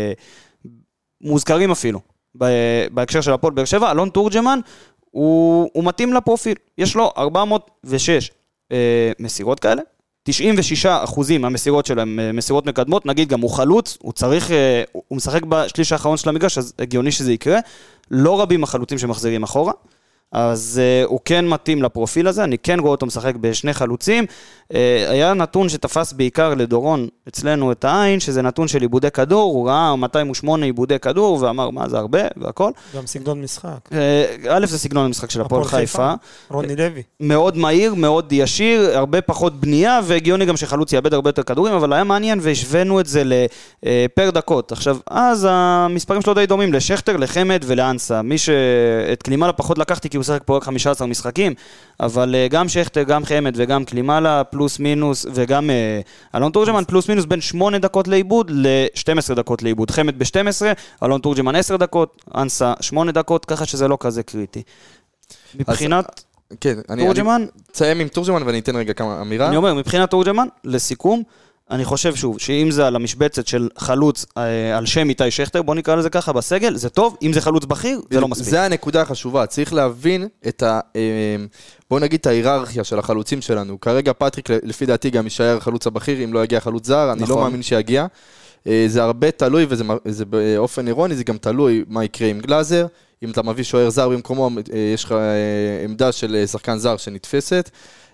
מוזכרים אפילו, בהקשר של הפועל באר שבע. אלון תורג'מן הוא, הוא מתאים לפרופיל, יש לו ארבע מאות ושש אה, מסירות כאלה, תשעים ושישה אחוזים מהמסירות שלהם מסירות מקדמות, נגיד גם הוא חלוץ, הוא צריך, אה, הוא משחק בשליש האחרון של המגרש, אז הגיוני שזה יקרה, לא רבים החלוצים שמחזירים אחורה, אז uh, הוא כן מתאים לפרופיל הזה, אני כן רואה אותו משחק בשני חלוצים, uh, היה נתון שתפס בעיקר לדורון אצלנו את העין, שזה נתון של עיבודי כדור, הוא ראה מאתיים ושמונה עיבודי כדור, ואמר מה זה הרבה והכל. גם סגנון משחק. Uh, א' זה סגנון המשחק של הפועל חיפה. רוני לוי. מאוד מהיר, מאוד ישיר, הרבה פחות בנייה, והגיוני גם שחלוץ יאבד הרבה יותר כדורים, אבל היה מעניין והשווינו את זה לפר דקות. עכשיו, אז המספרים שלו די דומים לשכטר, לחמד ולאנסה. מי שאת קלימאלה פחות לקחתי, כי הוא שחק פה רק חמישה עשר משחקים, אבל גם שכטר, גם חמד וגם קלימאלה, פלוס מינוס, וגם אלון תורג'מן, פלוס מינוס בין שמונה דקות לאיבוד ל-שתים עשרה דקות לאיבוד. חמד ב-שתים עשרה, אלון תורג'מן עשר דקות, אנסה שמונה דקות, ככה שזה לא כזה קריטי. מבחינת כן, תורג'מן, אני אצאים עם תורג'מן ואני אתן רגע כמה אמירה. אני אומר, מבחינת תורג'מן, לסיכום, אני חושב שוב, שאם זה על המשבצת של חלוץ על שם איתי שכטר, בוא נקרא לזה ככה בסגל, זה טוב, אם זה חלוץ בכיר, זה לא מספיק. זה הנקודה החשובה, צריך להבין את ה... בוא נגיד את ההיררכיה של החלוצים שלנו. כרגע פטריק, לפי דעתי, גם יישאר חלוץ הבכיר, אם לא יגיע חלוץ זר, אני לא מאמין שיגיע. זה הרבה תלוי, וזה באופן אירוני, זה גם תלוי מה יקרה עם גלאזר. אם אתה מביא שוער זר במקומו, יש לך עמדה של שחקן זר שנתפסת.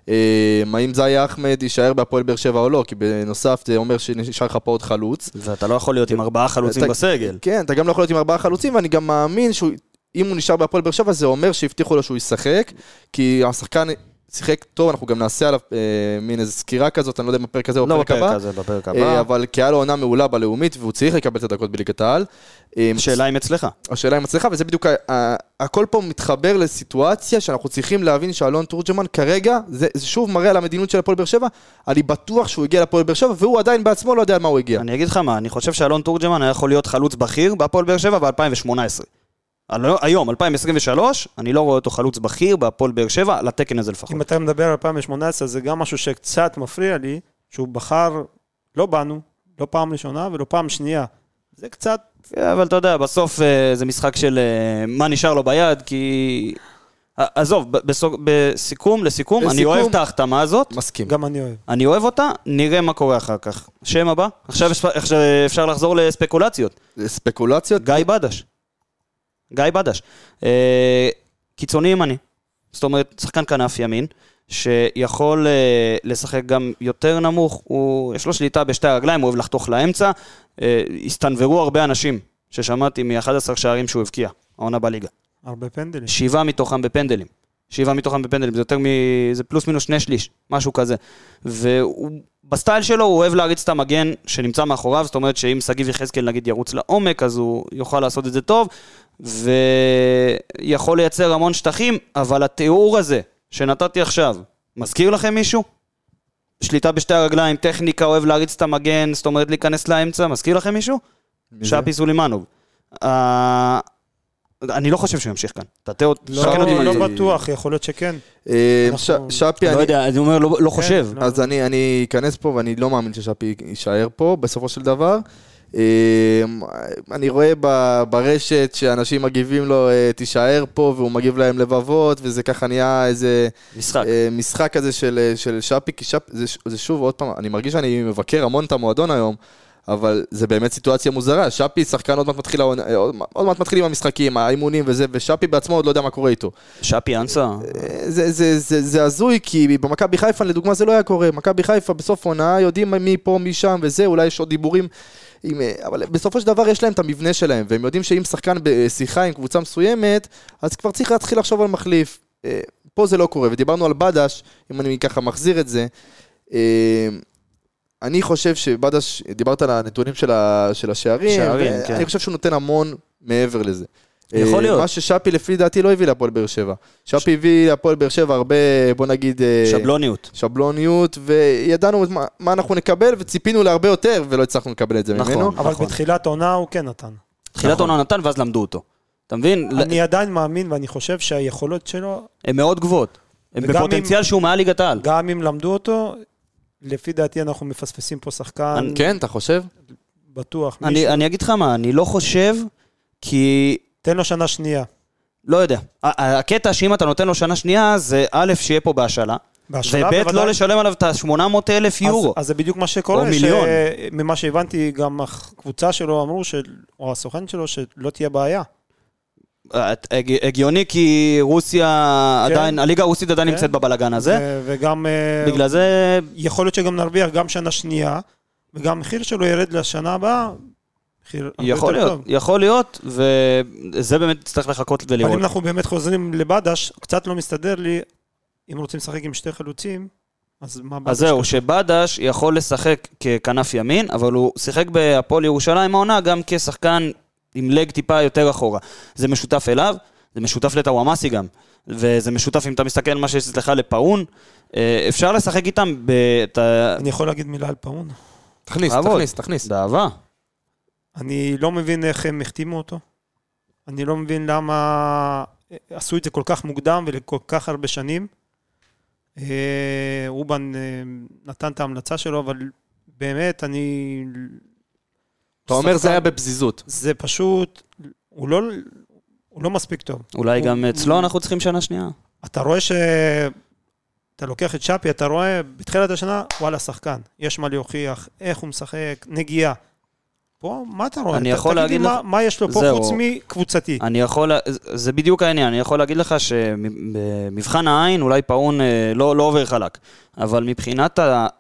האם זאי אחמד יישאר בהפועל באר שבע או לא, כי בנוסף זה אומר שנשאר לך פה עוד חלוץ. ואתה לא יכול להיות עם ארבעה חלוצים בסגל. כן, אתה גם לא יכול להיות עם ארבעה חלוצים, ואני גם מאמין שאם הוא נשאר בהפועל באר שבע, זה אומר שהבטיחו לו שהוא ישחק, כי השחקן שיחק טוב, אנחנו גם נעשה עליו מין איזו סקירה כזאת, אני לא יודע אם בפרק הזה או בפרק הבא. לא בפרק הזה, בפרק הבא. אבל כי היה לו עונה מעולה בלאומית, והוא צריך לקבל את הדקות בליגת העל. השאלה אם אצלך. השאלה אם אצלך, וזה בדיוק, הכל פה מתחבר לסיטואציה שאנחנו צריכים להבין שאלון תורג'מן כרגע, זה שוב מראה על המדיניות של הפועל באר שבע, אני בטוח שהוא הגיע לפועל באר שבע, והוא עדיין בעצמו לא יודע על מה הוא הגיע. אני אגיד לך מה, אני חושב שאלון תורג'מן היה יכול להיות חלוץ בכיר בהפועל באר שבע ב-אלפיים שמונה עשרה. היום, אלפיים עשרים ושלוש, אני לא רואה אותו חלוץ בכיר בהפועל באר שבע, לתקן הזה לפחות. אם אתה מדבר על אלפיים שמונה עשרה, זה גם משהו שקצת מפריע לי, שהוא בחר, לא בנו, לא פעם ראשונה ולא פעם שנייה. זה קצת... אבל אתה יודע, בסוף זה משחק של מה נשאר לו ביד, כי... עזוב, בסיכום, לסיכום, אני אוהב את ההחתמה הזאת. מסכים. גם אני אוהב. אני אוהב אותה, נראה מה קורה אחר כך. שם הבא, עכשיו אפשר לחזור לספקולציות. ספקולציות? גיא בדש. גיא בדש. קיצוני ימני. זאת אומרת, שחקן כנף ימין, שיכול לשחק גם יותר נמוך, הוא, יש לו שליטה בשתי הרגליים, הוא אוהב לחתוך לאמצע, הסתנברו הרבה אנשים, ששמעתי מ-אחד עשר שערים שהוא הבקיע, העונה בליגה. הרבה פנדלים. שבעה מתוכם בפנדלים. שבעה מתוכם בפנדלים, זה יותר מ... זה פלוס מינוס שני שליש, משהו כזה. ובסטייל שלו הוא אוהב להריץ את המגן שנמצא מאחוריו, זאת אומרת שאם סגיב יחזקאל נגיד ירוץ לעומק, אז הוא יוכל לעשות את זה טוב, ויכול לייצר המון שטחים, אבל התיאור הזה שנתתי עכשיו, מזכיר לכם מישהו? שליטה בשתי הרגליים, טכניקה, אוהב להריץ את המגן, זאת אומרת להיכנס לאמצע, מזכיר לכם מישהו? שפי סולימנוב. אני לא חושב שהוא ימשיך כאן. תתה עוד... לא בטוח, יכול להיות שכן. שפי, אני לא יודע, אני אומר, לא חושב. אז אני אכנס פה ואני לא מאמין ששפי יישאר פה בסופו של דבר. אני רואה ברשת שאנשים מגיבים לו תישאר פה והוא מגיב להם לבבות וזה ככה נהיה איזה משחק משחק כזה של שפי, כי שפי זה שוב עוד פעם, אני מרגיש שאני מבקר המון את המועדון היום, אבל זה באמת סיטואציה מוזרה. שפי שחקן עוד מעט מתחיל עוד מעט מתחילים המשחקים, האימונים וזה, ושפי בעצמו עוד לא יודע מה קורה איתו. שפי אנסה. זה זה זה זה הזוי, כי במכבי חיפה לדוגמה זה לא היה קורה. מכבי חיפה בסוף עונה יודעים מי פה מי שם וזה, אולי יש עוד דיבורים, אבל בסופו של דבר יש להם את המבנה שלהם, והם יודעים שאם שחקן בשיחה עם קבוצה מסוימת, אז כבר צריך להתחיל לחשוב על מחליף. פה זה לא קורה, ודיברנו על בדש, אם אני ככה מחזיר את זה. אני חושב שבדש, דיברת על הנתונים של, ה, של השערים, כן. אני חושב שהוא נותן המון מעבר לזה. יכול להיות. מה ששפי לפי דעתי לא הביא להפועל באר שבע. שפי הביא להפועל באר שבע הרבה, בוא נגיד... שבלוניות. שבלוניות, וידענו מה, מה אנחנו נקבל, וציפינו להרבה יותר, ולא הצלחנו לקבל את זה נכון, ממנו. אבל נכון. בתחילת העונה הוא כן נתן. תחילת נכון. העונה נתן, ואז למדו אותו. אתה מבין? אני עדיין מאמין, ואני חושב שהיכולות שלו... הן מאוד גבוהות. הן בפוטנציאל שהוא מעל ליגת העל. גם אם למדו אותו... לפי דעתי אנחנו מפספסים פה שחקן. כן, אתה חושב? בטוח. אני, אני אגיד לך מה, אני לא חושב, כי... תן לו שנה שנייה. לא יודע. הקטע שאם אתה נותן לו שנה שנייה, זה א' שיהיה פה בהשאלה, וב' לא לשלם עליו את ה-שמונה מאות אלף יורו. אז, אז זה בדיוק מה שקורה. או מיליון. ממה שהבנתי, גם הקבוצה שלו אמרו, ש... או הסוכן שלו, שלא תהיה בעיה. הגיוני כי רוסיה עדיין, הליגה הרוסית עדיין נמצאת בבלגן הזה. וגם... בגלל זה... יכול להיות שגם נרוויח גם שנה שנייה, וגם המחיר שלו ירד לשנה הבאה. יכול להיות, יכול להיות, וזה באמת צריך לחכות ולראות. אבל אם אנחנו באמת חוזרים לבדש, קצת לא מסתדר לי, אם רוצים לשחק עם שתי חלוצים, אז מה בדש? אז זהו, שבדש יכול לשחק ככנף ימין, אבל הוא שיחק בהפועל ירושלים העונה גם כשחקן עם לג טיפה יותר אחורה. זה משותף אליו, זה משותף לטוואמאסי גם, וזה משותף אם אתה מסתכל מה שיש אצלך לפאון, אפשר לשחק איתם בת... אני יכול להגיד מילה על פאון? תכניס, תכניס, תכניס. באהבה. אני לא מבין איך הם החתימו אותו. אני לא מבין למה עשו את זה כל כך מוקדם ולכל כך הרבה שנים. רובן נתן את ההמלצה שלו, אבל באמת אני... אתה אומר זה היה בבזיזות. זה פשוט, הוא לא, הוא לא מספיק טוב. אולי גם אצלו אנחנו צריכים שנה שנייה. אתה רואה ש... אתה לוקח את שפי, אתה רואה בתחילת השנה, וואלה, שחקן. יש מה להוכיח, איך הוא משחק, נגיעה. פה, מה אתה רואה? אני יכול להגיד לך... מה יש לו פה חוץ מקבוצתי? אני יכול... זה בדיוק העניין. אני יכול להגיד לך שבמבחן העין, אולי פאון לא עובר חלק. אבל מבחינת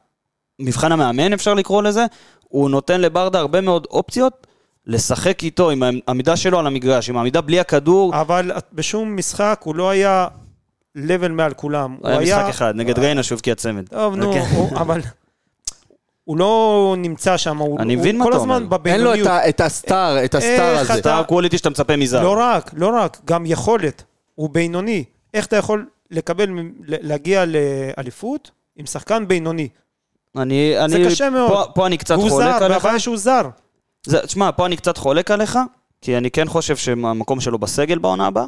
מבחן המאמן, אפשר לקרוא לזה, הוא נותן לברדה הרבה מאוד אופציות לשחק איתו עם העמידה שלו על המגרש, עם העמידה בלי הכדור. אבל בשום משחק הוא לא היה לבל מעל כולם. היה משחק אחד, נגד ריינה שוב כי הצמד. טוב, נו, אבל הוא לא נמצא שם, הוא כל הזמן בבינוניות. אין לו את הסטאר, את הסטאר הזה. סטאר קווליטי שאתה מצפה מזר. לא רק, לא רק, גם יכולת. הוא בינוני. איך אתה יכול לקבל, להגיע לאליפות עם שחקן בינוני? אני, זה אני, קשה מאוד. פה, פה אני קצת חולק זר, עליך. והבעיה שהוא זר. זה, תשמע, פה אני קצת חולק עליך, כי אני כן חושב שהמקום שלו בסגל בעונה הבאה,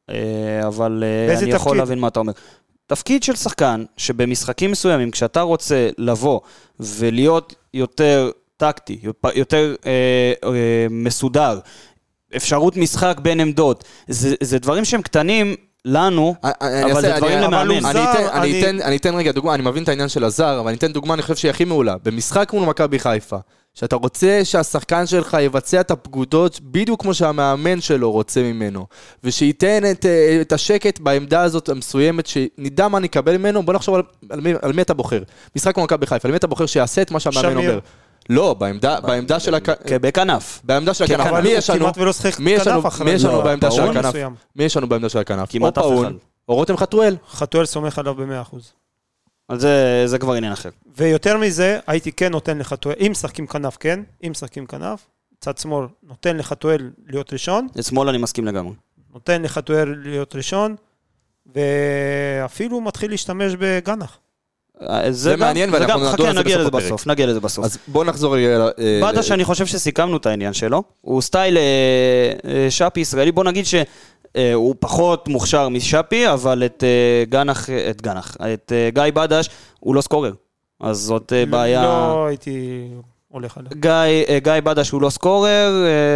אבל אני תפקיד? יכול להבין מה אתה אומר. תפקיד של שחקן, שבמשחקים מסוימים, כשאתה רוצה לבוא ולהיות יותר טקטי, יותר אה, אה, מסודר, אפשרות משחק בין עמדות, זה, זה דברים שהם קטנים, לנו, אבל זה דברים למאמן. אני אתן רגע דוגמה, אני מבין את העניין של הזר, אבל אני אתן דוגמה, אני חושב שהיא הכי מעולה. במשחק מול מכבי חיפה, שאתה רוצה שהשחקן שלך יבצע את הפקודות בדיוק כמו שהמאמן שלו רוצה ממנו, ושייתן את השקט בעמדה הזאת המסוימת, שנדע מה נקבל ממנו, בוא נחשוב על מי אתה בוחר. משחק כמו מכבי חיפה, על מי אתה בוחר שיעשה את מה שהמאמן אומר. לא, בעמדה, בעמדה של הכנף. בכנף. בעמדה של הכנף. מי יש לנו? מי יש לנו? מי יש לנו בעמדה של הכנף? מי יש לנו בעמדה של הכנף? או פאון, או רותם חתואל. חתואל סומך עליו ב-מאה אחוז. אז זה, זה כבר עניין אחר. ויותר מזה, הייתי כן נותן לחתואל, אם שחקים כנף, כן, אם שחקים כנף, צד שמאל, נותן לחתואל להיות ראשון. לשמאל אני מסכים לגמרי. נותן לחתואל להיות ראשון, ואפילו מתחיל להשתמש בגנח. זה מעניין, ואנחנו נדון על זה בסוף בסוף, נגיע לזה בסוף. אז בוא נחזור... בדש, אני חושב שסיכמנו את העניין שלו, הוא סטייל שפי ישראלי, בוא נגיד שהוא פחות מוכשר משפי, אבל את גנח, את גנח, את גיא בדש, הוא לא סקורר. אז זאת בעיה... לא הייתי הולך עליה. גיא, גיא בדש הוא לא סקורר,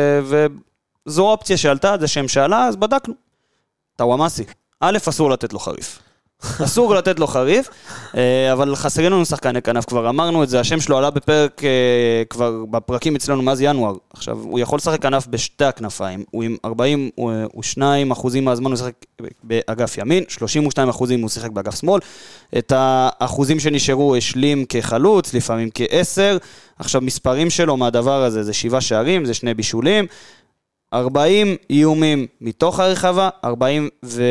וזו אופציה שעלתה, זה שם שאלה, אז בדקנו. טוואמאסי. א', אסור לתת לו חריף. אסור לתת לו חריף, אבל חסרים לנו שחקני כנף, כבר אמרנו את זה, השם שלו עלה בפרק, כבר בפרקים אצלנו מאז ינואר. עכשיו, הוא יכול לשחק כנף בשתי הכנפיים, הוא עם ארבעים ושניים אחוזים מהזמן הוא שחק באגף ימין, שלושים ושניים אחוזים הוא שחק באגף שמאל, את האחוזים שנשארו השלים כחלוץ, לפעמים כעשר, עכשיו מספרים שלו מהדבר הזה, זה שבעה שערים, זה שני בישולים, ארבעים איומים מתוך הרחבה, ארבעים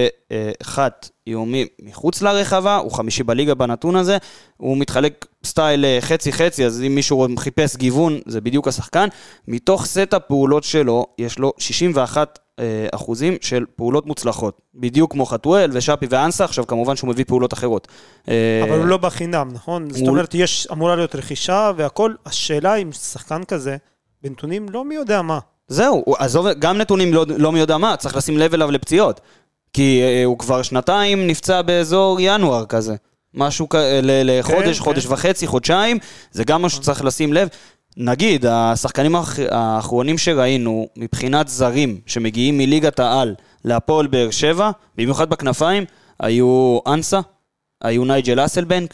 ואחת איומים מחוץ לרחבה, הוא חמישי בליגה בנתון הזה, הוא מתחלק סטייל חצי-חצי, אז אם מישהו מחפש גיוון, זה בדיוק השחקן, מתוך סט הפעולות שלו, יש לו שישים ואחת אחוזים של פעולות מוצלחות, בדיוק כמו חתואל ושפי ואנסה, עכשיו כמובן שהוא מביא פעולות אחרות. אבל הוא לא בחינם, נכון? זאת אומרת, יש אמורה להיות רכישה והכל, השאלה אם שחקן כזה, בנתונים לא מי יודע מה. זהו, עזוב, גם נתונים לא, לא מי יודע מה, צריך לשים לב אליו לפציעות, כי אה, הוא כבר שנתיים נפצע באזור ינואר כזה, משהו ל- לחודש, כן, חודש כן. וחצי, חודשיים, זה גם משהו שצריך לשים לב. נגיד, השחקנים האחרונים שראינו, מבחינת זרים שמגיעים מליגת העל להפועל באר שבע, במיוחד בכנפיים, היו אנסה, היו נייג'ל אסלבנק,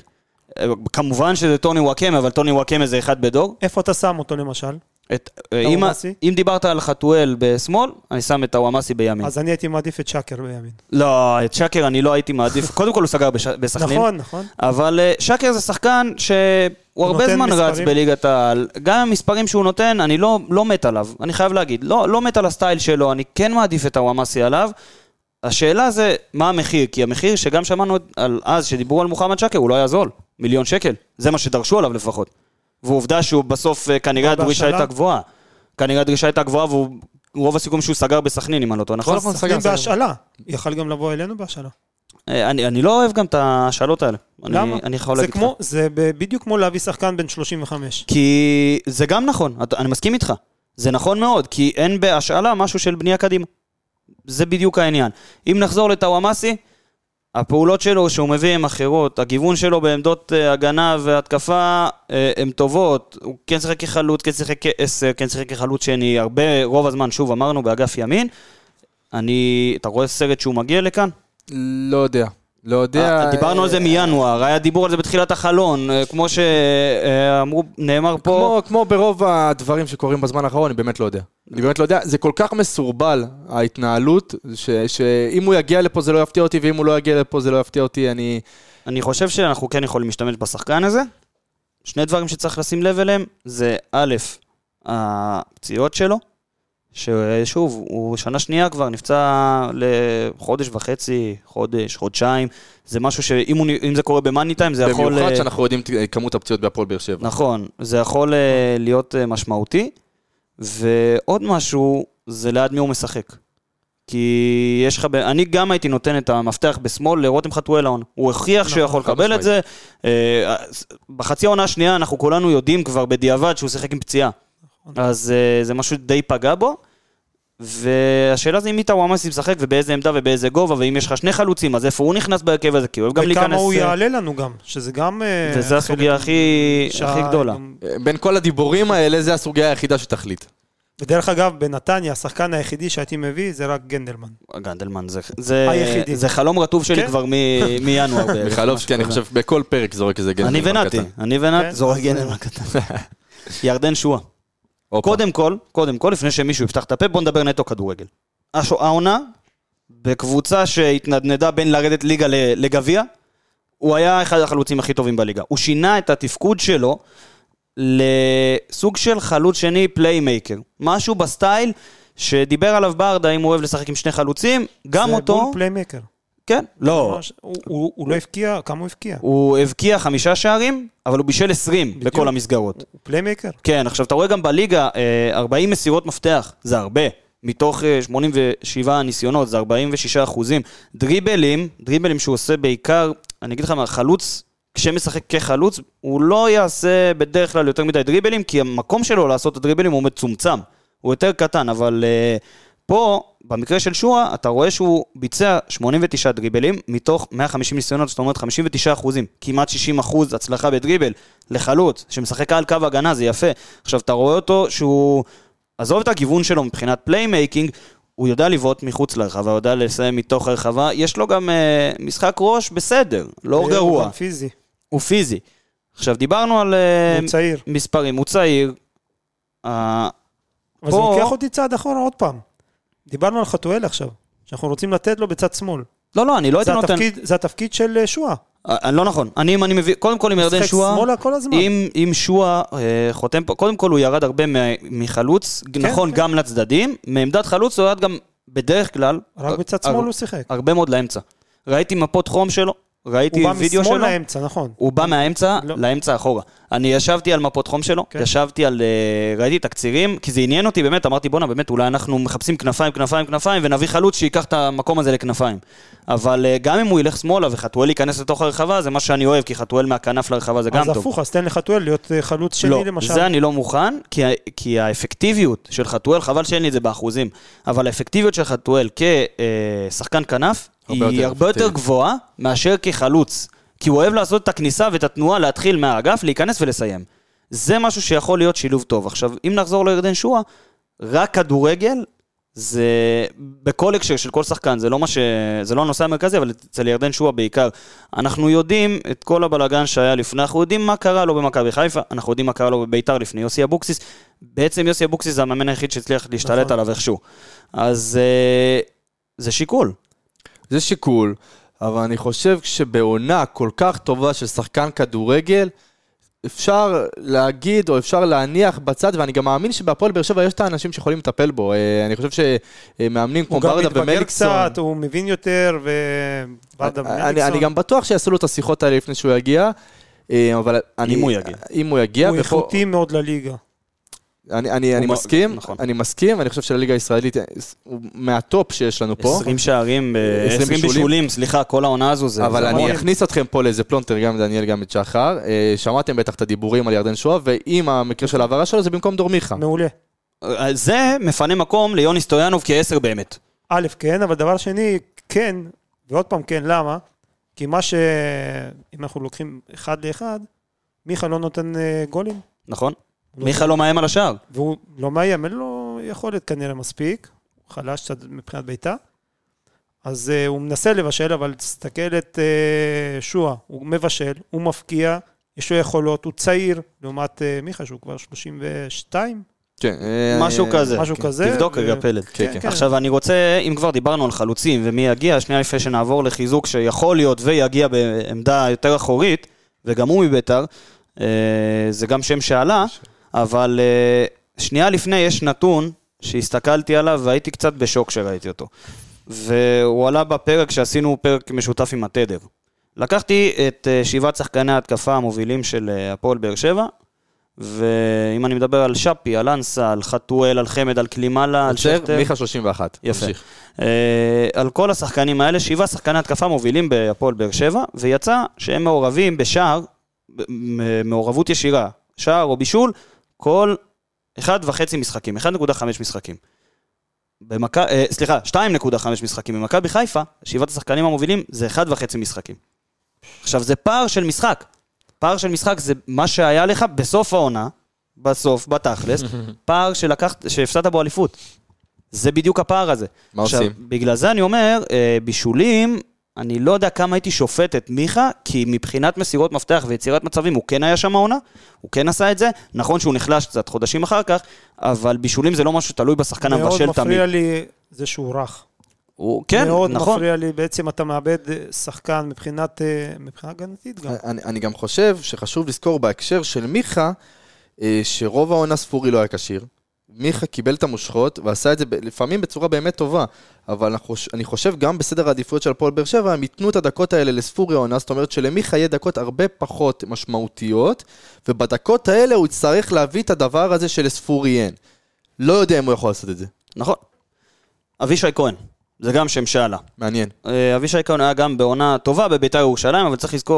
כמובן שזה טוני וואקמה, אבל טוני וואקמה זה אחד בדור. איפה אתה שם אותו למשל? את, אם, אם דיברת על חתואל בשמאל, אני שם את הוואמאסי בימין. אז אני הייתי מעדיף את שקר בימין. לא, את שקר אני לא הייתי מעדיף. קודם כל הוא סגר בסכנין. נכון, נכון. אבל שקר זה שחקן שהוא הרבה זמן מספרים. רץ בליגת העל. גם המספרים שהוא נותן, אני לא, לא מת עליו. אני חייב להגיד, לא, לא מת על הסטייל שלו, אני כן מעדיף את הוואמאסי עליו. השאלה זה, מה המחיר? כי המחיר שגם שמענו על אז, שדיברו על מוחמד שקר, הוא לא היה זול. מיליון שקל. זה מה שדרשו עליו לפחות. ועובדה שהוא בסוף כנראה הדרישה הייתה גבוהה. כנראה הדרישה הייתה גבוהה, והוא רוב הסיכום שהוא סגר בסכנין, אם אני לא טועה, נכון? סכנין בהשאלה. יכל גם לבוא אלינו בהשאלה. אני, אני לא אוהב גם את השאלות האלה. למה? אני, אני יכול להגיד לך. זה בדיוק כמו להביא שחקן בן שלושים וחמש. כי זה גם נכון, אני מסכים איתך. זה נכון מאוד, כי אין בהשאלה משהו של בנייה קדימה. זה בדיוק העניין. אם נחזור לטוואמאסי, הפעולות שלו שהוא מביא הם אחרות, הגיוון שלו בעמדות הגנה והתקפה הן טובות, הוא כן צריך כחלוץ, כן צריך כעשר, כן צריך כחלוץ שני, הרבה, רוב הזמן, שוב אמרנו, באגף ימין, אני, אתה רואה סרט שהוא מגיע לכאן? לא יודע, לא יודע. דיברנו על זה מינואר, היה דיבור על זה בתחילת החלון, כמו שאמרו, נאמר פה. כמו, כמו ברוב הדברים שקורים בזמן האחרון, אני באמת לא יודע. אני באמת לא יודע, זה כל כך מסורבל, ההתנהלות, ש, שאם הוא יגיע לפה זה לא יפתיע אותי, ואם הוא לא יגיע לפה זה לא יפתיע אותי, אני... אני חושב שאנחנו כן יכולים להשתמש בשחקן הזה. שני דברים שצריך לשים לב אליהם, זה א', הפציעות שלו, ששוב, הוא שנה שנייה כבר נפצע לחודש וחצי, חודש, חודשיים, זה משהו שאם הוא, אם זה קורה במאני טיים, זה יכול... במיוחד שאנחנו יודעים כמות הפציעות בהפועל באר שבע. נכון, זה יכול להיות משמעותי, ועוד משהו, זה ליד מי הוא משחק. כי יש לך, אני גם הייתי נותן את המפתח בשמאל לרותם חתואל העונה. הוא הכריח שהוא יכול לקבל את זה. בחצי העונה השנייה אנחנו כולנו יודעים כבר בדיעבד שהוא שיחק עם פציעה. אז זה משהו די פגע בו. והשאלה זה אם איתה וואמאסי משחק ובאיזה עמדה ובאיזה גובה, ואם יש לך שני חלוצים, אז איפה הוא נכנס בהרכב הזה? כי הוא גם להיכנס... וכמה הוא יעלה לנו גם, שזה גם... וזה הסוגיה הכי גדולה. בין כל הדיבורים האלה, זה הסוגיה היחידה שתחליט. בדרך אגב, בנתניה, השחקן היחידי שהייתי מביא, זה רק גנדלמן. גנדלמן, זה חלום רטוב שלי כבר מינואר. בחלום שלי, אני חושב, בכל פרק זורק איזה גנדלמן קטן. אני ונתי, אני ונתי, זורק גנדלמן קטן. ירדן שואה. קודם כל, קודם כל, לפני שמישהו יפתח את הפה, בוא נדבר נטו כדורגל. העונה, בקבוצה שהתנדנדה בין לרדת ליגה לגביע, הוא היה אחד החלוצים הכי טובים בליגה. הוא שינה את התפקוד שלו לסוג של חלוץ שני פליימייקר. משהו בסטייל שדיבר עליו ברדה, אם הוא אוהב לשחק עם שני חלוצים, גם אותו... זה בול פליימייקר. כן, לא. הוא לא הבקיע, כמה הוא הבקיע? הוא הבקיע חמישה שערים, אבל הוא בישל עשרים בכל המסגרות. הוא פליימייקר? כן, עכשיו אתה רואה גם בליגה, ארבעים מסירות מפתח, זה הרבה. מתוך שמונים ושבעה ניסיונות, זה ארבעים ושישה אחוזים. דריבלים, דריבלים שהוא עושה בעיקר, אני אגיד לך מה, חלוץ כשמשחק כחלוץ, הוא לא יעשה בדרך כלל יותר מדי דריבלים, כי המקום שלו לעשות את הדריבלים הוא מצומצם, הוא יותר קטן, אבל uh, פה, במקרה של שואה, אתה רואה שהוא ביצע שמונים ותשעה דריבלים, מתוך מאה וחמישים ניסיונות, זאת אומרת חמישים ותשעה אחוזים, כמעט שישים אחוז הצלחה בדריבל, לחלוץ, שמשחק על קו הגנה, זה יפה. עכשיו, אתה רואה אותו שהוא, עזוב את הכיוון שלו מבחינת פליימייקינג, הוא יודע לבעוט מחוץ לרחבה, הוא יודע לסיים מתוך הרחבה, יש לו גם uh, משחק ראש בסדר, לא גרוע. הוא פיזי. הוא פיזי. עכשיו, דיברנו על הוא צעיר. מספרים, הוא צעיר. אבל זה לוקח אותי צעד אחורה עוד פעם. דיברנו על חתואל עכשיו, שאנחנו רוצים לתת לו בצד שמאל. לא, לא, אני לא הייתי נותן... זה התפקיד של שואה. לא נכון. אני, אם אני מביא, קודם כל עם ירדן שואה, אם שואה חותם פה, קודם כל הוא ירד הרבה מחלוץ, נכון, גם לצדדים, מעמדת חלוץ הוא ירד גם בדרך כלל... רק בצד שמאל הוא שיחק. הרבה מאוד לאמצע. ראיתי מפות חום שלו, ראיתי וידאו שלו. הוא בא משמאל לאמצע, נכון. הוא בא מהאמצע לאמצע אחורה. אני ישבתי על מפות חום שלו, ישבתי על, ראיתי תקצירים, כי זה עניין אותי באמת, אמרתי בונה, באמת אולי אנחנו מחפשים כנפיים, כנפיים, כנפיים, ונביא חלוץ שיקח את המקום הזה לכנפיים. אבל גם אם הוא ילך שמאלה וחתואל ייכנס לתוך הרחבה, זה מה שאני אוהב, כי חתואל מהכנף לרחבה זה גם טוב. אז הפוך, אז תן לחתואל להיות חלוץ שני למשל. לא, זה אני לא מוכן, כי, כי האפקטיביות של חתואל, חבל שאין לי את זה באחוזים, אבל האפקטיביות של חתואל כשחקן כנף, היא הרבה יותר גבוהה מאשר כחלוץ, כי הוא אוהב לעשות את הכניסה ואת התנועה, להתחיל מהאגף, להיכנס ולסיים. זה משהו שיכול להיות שילוב טוב. עכשיו, אם נחזור לירדן שואה, רק כדורגל, זה בכל הקשר של כל שחקן, זה לא מה ש... זה לא הנושא המרכזי, אבל אצל ירדן שואה בעיקר. אנחנו יודעים את כל הבלגן שהיה לפני, אנחנו יודעים מה קרה לו במכבי חיפה, אנחנו יודעים מה קרה לו בביתר לפני יוסי אבוקסיס, בעצם יוסי אבוקסיס זה המאמן היחיד שהצליח להשתלט עליו איכשהו. אז זה שיקול. זה שיקול, אבל אני חושב שבעונה כל כך טובה של שחקן כדורגל, אפשר להגיד או אפשר להניח בצד, ואני גם מאמין שבהפועל באר שבע יש את האנשים שיכולים לטפל בו. אני חושב שמאמנים כמו ברדה ומליקסון... הוא גם מתבגר קצת, הוא מבין יותר, וברדה ומליקסון... אני גם בטוח שיעשו לו את השיחות האלה לפני שהוא יגיע, אבל... אם הוא יגיע. אם הוא יגיע... הוא איכותי מאוד לליגה. אני, אני, אני מסכים, נכון. אני מסכים, ואני חושב שלליגה הישראלית הוא מהטופ שיש לנו פה. עשרים שערים, עשרים בישולים, סליחה, כל העונה הזו זה... אבל אני אכניס אתכם פה לאיזה פלונטר, גם דניאל, גם את שחר. שמעתם בטח את הדיבורים על ירדן שואה, ועם המקרה של העברה שלו זה במקום דור מיכה. מעולה. זה מפנה מקום ליוני סטויאנוב כעשר באמת. א', כן, אבל דבר שני, כן, ועוד פעם כן, למה? כי מה ש... אם אנחנו לוקחים אחד לאחד, מיכה לא נותן גולים. נכון. מיכה לא מאיים על השער. והוא לא מאיים, אין לו יכולת כנראה מספיק, הוא חלש קצת מבחינת ביתה, אז uh, הוא מנסה לבשל, אבל תסתכל את uh, שואה, הוא מבשל, הוא מפקיע, יש לו יכולות, הוא צעיר, לעומת uh, מיכה שהוא כבר שלושים ושתיים. כן. משהו כזה. משהו כזה. תבדוק רגע פלד. עכשיו אני רוצה, אם כבר דיברנו על חלוצים ומי יגיע, שנייה לפני שנעבור לחיזוק שיכול להיות ויגיע בעמדה יותר אחורית, וגם הוא מביתר, זה גם שם שעלה, אבל שנייה לפני יש נתון שהסתכלתי עליו והייתי קצת בשוק שראיתי אותו. והוא עלה בפרק שעשינו פרק משותף עם התדר. לקחתי את שבעת שחקני ההתקפה המובילים של הפועל באר שבע, ואם אני מדבר על שפי, על אנסה, על חתואל, על חמד, על קלימלה, על שכתר. מיכה שלושים ואחת. יפה. על כל השחקנים האלה, שבעה שחקני התקפה מובילים בהפועל באר שבע, ויצא שהם מעורבים בשער, מעורבות ישירה, שער או בישול, כל אחד וחצי משחקים, אחד נקודה חמש משחקים. במק... סליחה, שתיים נקודה חמש משחקים. במכבי חיפה, שבעת השחקנים המובילים, זה אחד וחצי משחקים. עכשיו, זה פער של משחק. פער של משחק זה מה שהיה לך בסוף העונה, בסוף, בתכלס, פער שלקחת, שהפסדת בו אליפות. זה בדיוק הפער הזה. מה עכשיו, עושים? בגלל זה אני אומר, בישולים, אני לא יודע כמה הייתי שופט את מיכה, כי מבחינת מסירות מפתח ויצירת מצבים, הוא כן היה שם העונה, הוא כן עשה את זה, נכון שהוא נחלש קצת חודשים אחר כך, אבל בישולים זה לא משהו שתלוי בשחקן המבשל תמיד. מאוד מפריע לי זה שהוא רך. הוא, כן, מאוד נכון. מאוד מפריע לי, בעצם אתה מאבד שחקן מבחינת, מבחינת גנתית גם. אני, אני גם חושב שחשוב לזכור בהקשר של מיכה, שרוב העונה ספורי לא היה קשיר. מיכה קיבל את המושכות, ועשה את זה לפעמים בצורה באמת טובה, אבל אני חושב גם בסדר העדיפויות של הפועל באר שבע, הם ייתנו את הדקות האלה לספורי העונה, זאת אומרת שלמיכה יהיה דקות הרבה פחות משמעותיות, ובדקות האלה הוא יצטרך להביא את הדבר הזה של ספורי אין. לא יודע אם הוא יכול לעשות את זה. נכון. אבישי כהן. זה גם שם שעלה. מעניין. אבישי כהן היה גם בעונה טובה בבית"ר ירושלים, אבל צריך לזכור,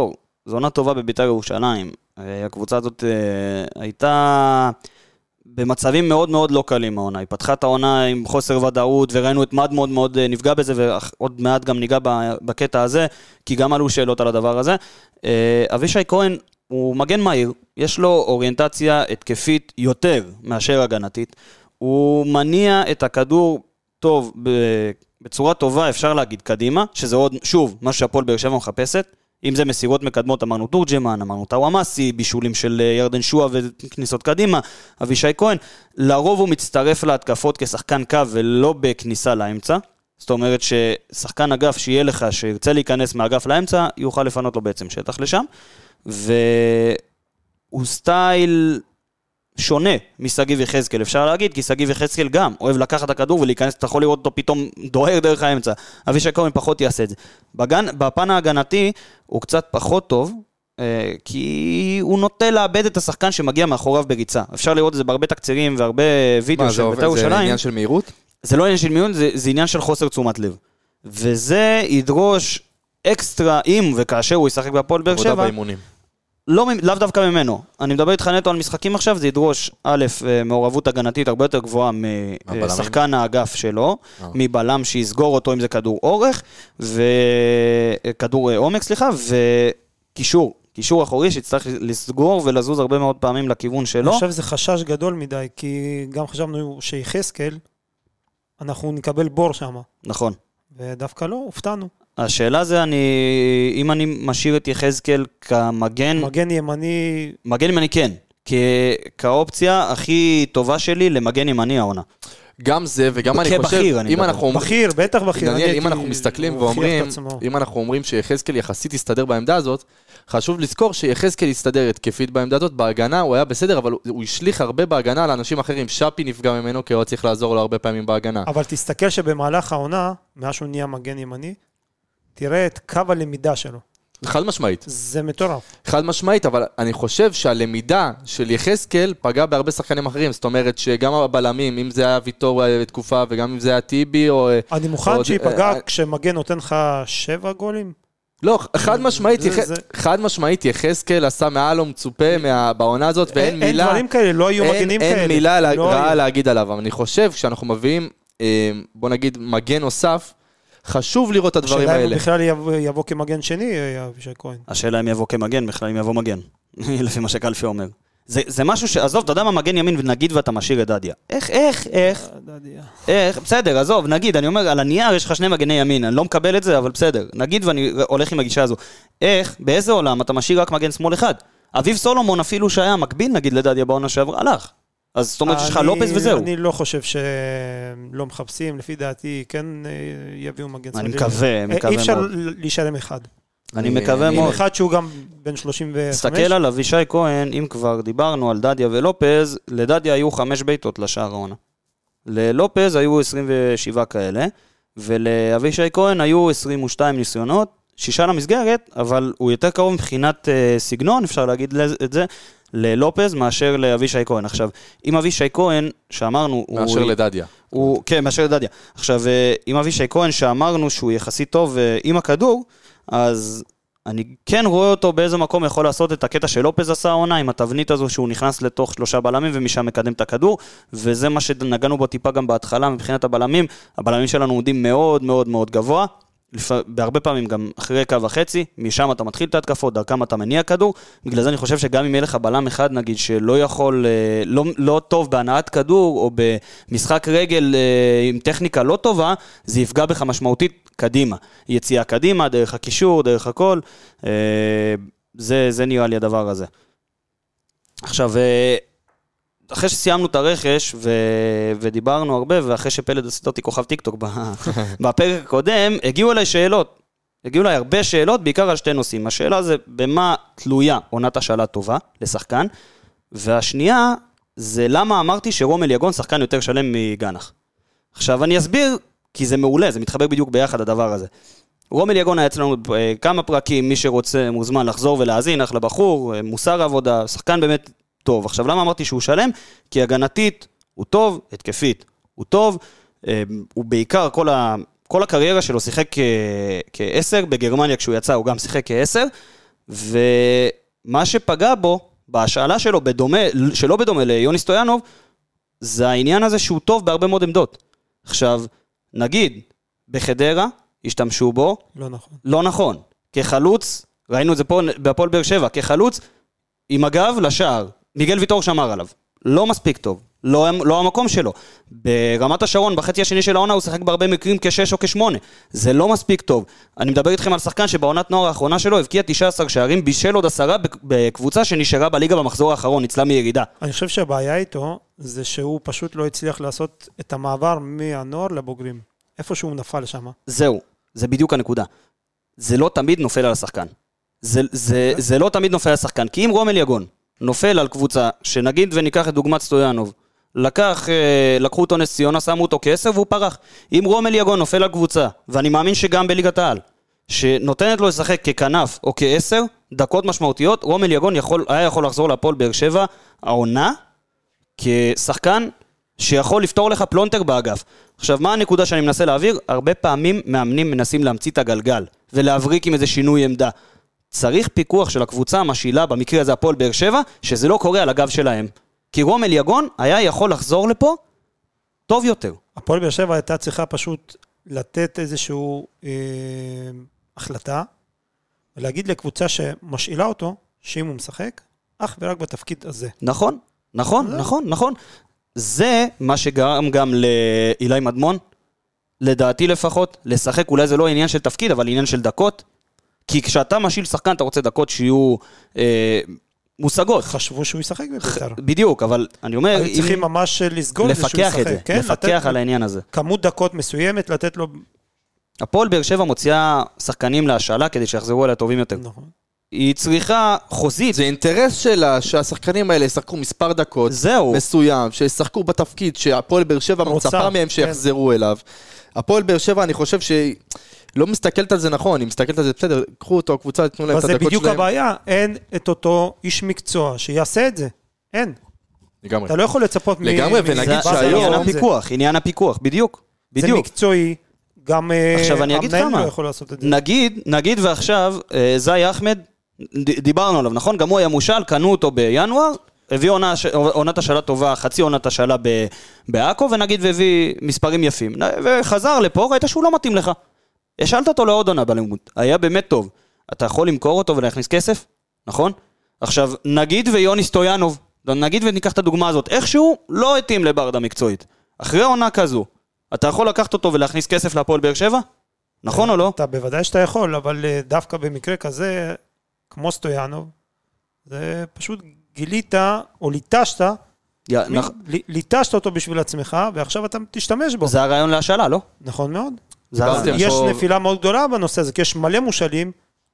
זו עונה טובה בבית"ר ירושלים. הקבוצה הזאת הייתה במצבים מאוד מאוד לא קלים העונה. היא פתחה את העונה עם חוסר ודאות, וראינו את מד מאוד מאוד נפגע בזה, ועוד מעט גם ניגע בקטע הזה, כי גם עלו שאלות על הדבר הזה. אבישי כהן הוא מגן מהיר, יש לו אוריינטציה התקפית יותר מאשר הגנתית. הוא מניע את הכדור טוב, בצורה טובה, אפשר להגיד קדימה, שזה עוד, שוב, מה שהפועל באר שבע מחפשת. אם זה מסירות מקדמות, אמרנו תורג'מן, אמרנו טאוואמאסי, בישולים של ירדן שועה וכניסות קדימה, אבישי כהן, לרוב הוא מצטרף להתקפות כשחקן קו ולא בכניסה לאמצע, זאת אומרת ששחקן אגף שיהיה לך, שירצה להיכנס מאגף לאמצע, יוכל לפנות לו בעצם שטח לשם, והוא סטייל שונה מסגיב יחזקאל, אפשר להגיד, כי סגיב יחזקאל גם אוהב לקחת את הכדור ולהיכנס, אתה יכול לראות אותו פתאום דוהר דרך האמצע. אבישי כהן פחות יעשה את זה. בגן, בפן ההגנתי הוא קצת פחות טוב, כי הוא נוטה לאבד את השחקן שמגיע מאחוריו בריצה. אפשר לראות את זה בהרבה תקצירים והרבה וידאו של בית"ר ירושלים. זה עניין של מהירות? זה לא עניין של מהירות, זה, זה עניין של חוסר תשומת לב. וזה ידרוש אקסטרה, אם וכאשר הוא ישחק בהפועל באר שבע. עבודה באימונים. לא, לאו דווקא ממנו. אני מדבר איתך נטו על משחקים עכשיו, זה ידרוש א', מעורבות הגנתית הרבה יותר גבוהה משחקן האגף שלו, מבלם שיסגור אותו אם זה כדור אורך, וכדור עומק, סליחה, וקישור, קישור אחורי שיצטרך לסגור ולזוז הרבה מאוד פעמים לכיוון שלו. עכשיו זה חשש גדול מדי, כי גם חשבנו שיחזקאל, אנחנו נקבל בור שם. נכון. ודווקא לא, הופתענו. השאלה זה, אני, אם אני משאיר את יחזקאל כמגן... מגן ימני... מגן ימני כן, כאופציה הכי טובה שלי למגן ימני העונה. גם זה, וגם אני חושב... כבחיר, אני מדבר. בכיר, בטח בכיר. דניאל, אם אנחנו מסתכלים ואומרים, אם אנחנו אומרים שיחזקאל יחסית יסתדר בעמדה הזאת, חשוב לזכור שיחזקאל יסתדר התקפית בעמדה הזאת, בהגנה הוא היה בסדר, אבל הוא השליך הרבה בהגנה לאנשים אחרים. שפי נפגע ממנו, כי הוא צריך לעזור לו הרבה פעמים בהגנה. אבל תסתכל שבמהלך העונה, מאז שהוא נהיה מגן ימני, תראה את קו הלמידה שלו. חד משמעית. זה מטורף. חד משמעית, אבל אני חושב שהלמידה של יחזקאל פגע בהרבה שחקנים אחרים, זאת אומרת שגם הבלמים, אם זה היה ויטור בתקופה, וגם אם זה היה טיבי, או... אני מוכן שיפגע כשמגן נותן לך שבע גולים? לא, חד משמעית, חד משמעית, יחזקאל עשה מעל ומצופה בעונה הזאת, ואין מילה... אין דברים כאלה, לא היו מגנים כאלה. אין מילה רעה להגיד עליו, אבל אני חושב שאנחנו מביאים, בוא נגיד, מגן נוסף, חשוב לראות את הדברים האלה. השאלה אם בכלל יבוא, יבוא כמגן שני, אבישי כהן. השאלה אם יבוא כמגן, בכלל אם יבוא מגן. לפי מה שקלפי אומר. זה, זה משהו ש... עזוב, אתה יודע מה מגן ימין ונגיד ואתה משאיר את דדיה. איך, איך, איך? דדיה. איך, בסדר, עזוב, נגיד, אני אומר, על הנייר יש לך שני מגני ימין, אני לא מקבל את זה, אבל בסדר. נגיד ואני הולך עם הגישה הזו. איך, באיזה עולם אתה משאיר רק מגן שמאל אחד? אביב סולומון אפילו שהיה מקביל, נגיד לדדיה בעונה שעברה, הלך. אז זאת אומרת שיש לך לופס וזהו. אני לא חושב שלא מחפשים, לפי דעתי כן יביאו מגן סביב. אני מקווה, מקווה מאוד. אי אפשר להישארם אחד. אני מקווה מאוד. אחד שהוא גם בן שלושים וחמש. תסתכל על אבישי כהן, אם כבר דיברנו על דדיה ולופז, לדדיה היו חמש ביתות לשער העונה. ללופז היו עשרים ושבע כאלה, ולאבישי כהן היו עשרים ושתיים ניסיונות, שישה למסגרת, אבל הוא יותר קרוב מבחינת סגנון, אפשר להגיד את זה, ללופז מאשר לאבישי כהן. עכשיו, אם אבישי כהן, שאמרנו... מאשר הוא, לדדיה. הוא, כן, מאשר לדדיה. עכשיו, אם אבישי כהן, שאמרנו שהוא יחסית טוב עם הכדור, אז אני כן רואה אותו באיזה מקום יכול לעשות את הקטע של לופז עשה העונה, עם התבנית הזו שהוא נכנס לתוך שלושה בלמים, ומשם מקדם את הכדור, וזה מה שנגענו בו טיפה גם בהתחלה, מבחינת הבלמים. הבלמים שלנו עומדים מאוד מאוד מאוד גבוה, בהרבה פעמים גם אחרי קו וחצי, משם אתה מתחיל את ההתקפות, דרכם אתה מניע כדור, בגלל זה אני חושב שגם אם יהיה לך בלם אחד, נגיד, שלא יכול, לא, לא טוב בהנעת כדור, או במשחק רגל עם טכניקה לא טובה, זה יפגע בך משמעותית קדימה. יציאה קדימה, דרך הקישור, דרך הכל, זה, זה נראה לי הדבר הזה. עכשיו, אחרי שסיימנו את הרכש ו... ודיברנו הרבה, ואחרי שפלד עשית אותי כוכב טיקטוק בפרק הקודם, הגיעו אליי שאלות. הגיעו אליי הרבה שאלות, בעיקר על שתי נושאים. השאלה זה במה תלויה עונת השאלה טובה לשחקן, והשנייה זה למה אמרתי שרומל יגון שחקן יותר שלם מגנח. עכשיו אני אסביר, כי זה מעולה, זה מתחבר בדיוק ביחד הדבר הזה. רומל יגון היה אצלנו כמה פרקים, מי שרוצה מוזמן לחזור ולהזין, אחלה בחור, מוסר עבודה, שחקן באמת טוב. עכשיו, למה אמרתי שהוא שלם? כי הגנתית הוא טוב, התקפית הוא טוב, הוא בעיקר כל, ה... כל הקריירה שלו שיחק כ... כעשר, בגרמניה כשהוא יצא הוא גם שיחק כעשר, ומה שפגע בו, בהשאלה שלו, בדומה, שלא בדומה ליוני סטויאנוב, זה העניין הזה שהוא טוב בהרבה מאוד עמדות. עכשיו, נגיד, בחדרה, השתמשו בו, לא נכון. לא נכון. כחלוץ, ראינו את זה פה בהפועל באר שבע, כחלוץ, עם הגב לשער, מיגל ויטור שמר עליו. לא מספיק טוב, לא, לא המקום שלו. ברמת השרון, בחצי השני של העונה, הוא שחק בהרבה מקרים כשש או כשמונה. זה לא מספיק טוב. אני מדבר איתכם על שחקן שבעונת נוער האחרונה שלו, הבקיע תשעה עשר שערים, בישל עוד עשרה בקבוצה שנשארה בליגה במחזור האחרון, ניצלה מירידה. אני חושב שהבעיה איתו, זה שהוא פשוט לא הצליח לעשות את המעבר מהנוער לבוגרים. איפה שהוא נפל שם. זהו, זה בדיוק הנקודה. זה לא תמיד נופל על השחקן. זה, זה, זה לא תמיד נופל על השחקן. כי אם רומל יגון נופל על קבוצה, שנגיד וניקח את דוגמת סטויאנוב, לקח, לקחו אותו נס ציונה, שמו אותו כעשר והוא פרח. אם רומל יגון נופל על קבוצה, ואני מאמין שגם בליגת העל, שנותנת לו לשחק ככנף או כעשר, דקות משמעותיות, רומל יגון יכול, היה יכול לחזור להפועל באר שבע, העונה, כשחקן שיכול לפתור לך פלונטר באגף. עכשיו, מה הנקודה שאני מנסה להעביר? הרבה פעמים מאמנים מנסים להמציא את הגלגל, ולהבריק עם איזה שינוי עמדה. צריך פיקוח של הקבוצה המשאילה, במקרה הזה הפועל באר שבע, שזה לא קורה על הגב שלהם. כי רומל יגון היה יכול לחזור לפה טוב יותר. הפועל באר שבע הייתה צריכה פשוט לתת איזשהו אה, החלטה, ולהגיד לקבוצה שמשאילה אותו, שאם הוא משחק, אך ורק בתפקיד הזה. נכון, נכון, נכון, נכון. זה מה שגרם גם לאילי מדמון, לדעתי לפחות, לשחק, אולי זה לא עניין של תפקיד, אבל עניין של דקות, כי כשאתה משאיל שחקן, אתה רוצה דקות שיהיו אה, מושגות. חשבו שהוא ישחק בבית"ר. בדיוק, אבל אני אומר... היו צריכים ממש לסגור לפקח את זה, לפקח, כן? לפקח על העניין הזה. כמות דקות מסוימת, לתת לו... הפועל באר שבע מוציאה שחקנים להשאלה, כדי שיחזרו אליה טובים יותר. נכון. היא צריכה חוזית. זה אינטרס שלה שהשחקנים האלה ישחקו מספר דקות זהו. מסוים, שישחקו בתפקיד שהפועל באר שבע מצפה מהם שיחזרו אליו. הפועל באר שבע, אני חושב שהיא לא מסתכלת על זה נכון, היא מסתכלת על זה בסדר, קחו אותו, הקבוצה, תתנו להם את הדקות שלהם. אבל זה בדיוק הבעיה, אין את אותו איש מקצוע שיעשה את זה. אין. לגמרי. אתה לא יכול לצפות... לגמרי, ונגיד שהיום... עניין הפיקוח, עניין הפיקוח, בדיוק. זה מקצועי, גם המנהל לא יכול לעשות את זה. נגיד, נגיד ועכשיו, זי אחמד, דיברנו עליו, נכון? גם הוא היה מושל, קנו אותו בינואר, הביא עונת השאלה טובה, חצי עונת השאלה בעכו, ונגיד והביא מספרים יפים. וחזר לפה, ראית שהוא לא מתאים לך. השאלת אותו לעוד עונה בלימוד, היה באמת טוב. אתה יכול למכור אותו ולהכניס כסף, נכון? עכשיו, נגיד ויוני סטויאנוב, נגיד וניקח את הדוגמה הזאת, איכשהו לא התאים לברדה מקצועית. אחרי עונה כזו, אתה יכול לקחת אותו ולהכניס כסף להפועל באר שבע? נכון או לא? אתה בוודאי שאתה יכול, אבל דווקא במקרה כזה, כמו סטויאנוב, זה פשוט גילית או ליטשת, ליטשת אותו בשביל עצמך, ועכשיו אתה תשתמש בו. זה הרעיון להשאלה, לא? נכון מאוד. יש נפילה מאוד גדולה בנושא הזה, כי יש מלא מושלים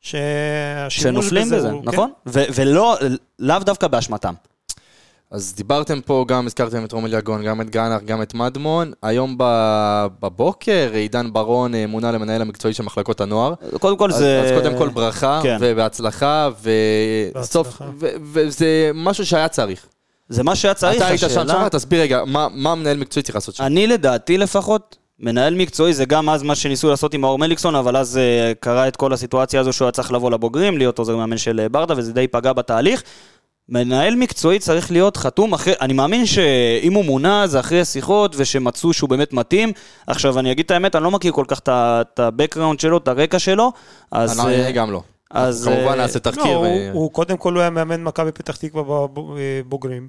שנופלים בזה, נכון? ולא, לאו דווקא באשמתם. אז דיברתם פה, גם הזכרתם את רומל יגון, גם את גנר, גם את מדמון. היום בבוקר, עידן ברון מונה למנהל המקצועי של מחלקות הנוער. קודם כל זה... אז קודם כל ברכה, ובהצלחה, וסוף, וזה משהו שהיה צריך. זה מה שהיה צריך, אתה היית שם שם, תסביר רגע, מה מנהל מקצועי צריך לעשות שם? אני לדעתי לפחות, מנהל מקצועי זה גם אז מה שניסו לעשות עם מאור מליקסון, אבל אז קרה את כל הסיטואציה הזו שהוא היה צריך לבוא לבוגרים, להיות עוזר מאמן של ברדה, וזה די פגע בתהליך. מנהל מקצועי צריך להיות חתום אחרי, אני מאמין שאם הוא מונה זה אחרי שיחות ושמצאו שהוא באמת מתאים. עכשיו אני אגיד את האמת, אני לא מכיר כל כך את ה-background שלו, את הרקע שלו, אז... אני גם לא. אז כמובן נעשה תחקיר. הוא קודם כל הוא היה מאמן מכבי פתח תקווה בבוגרים.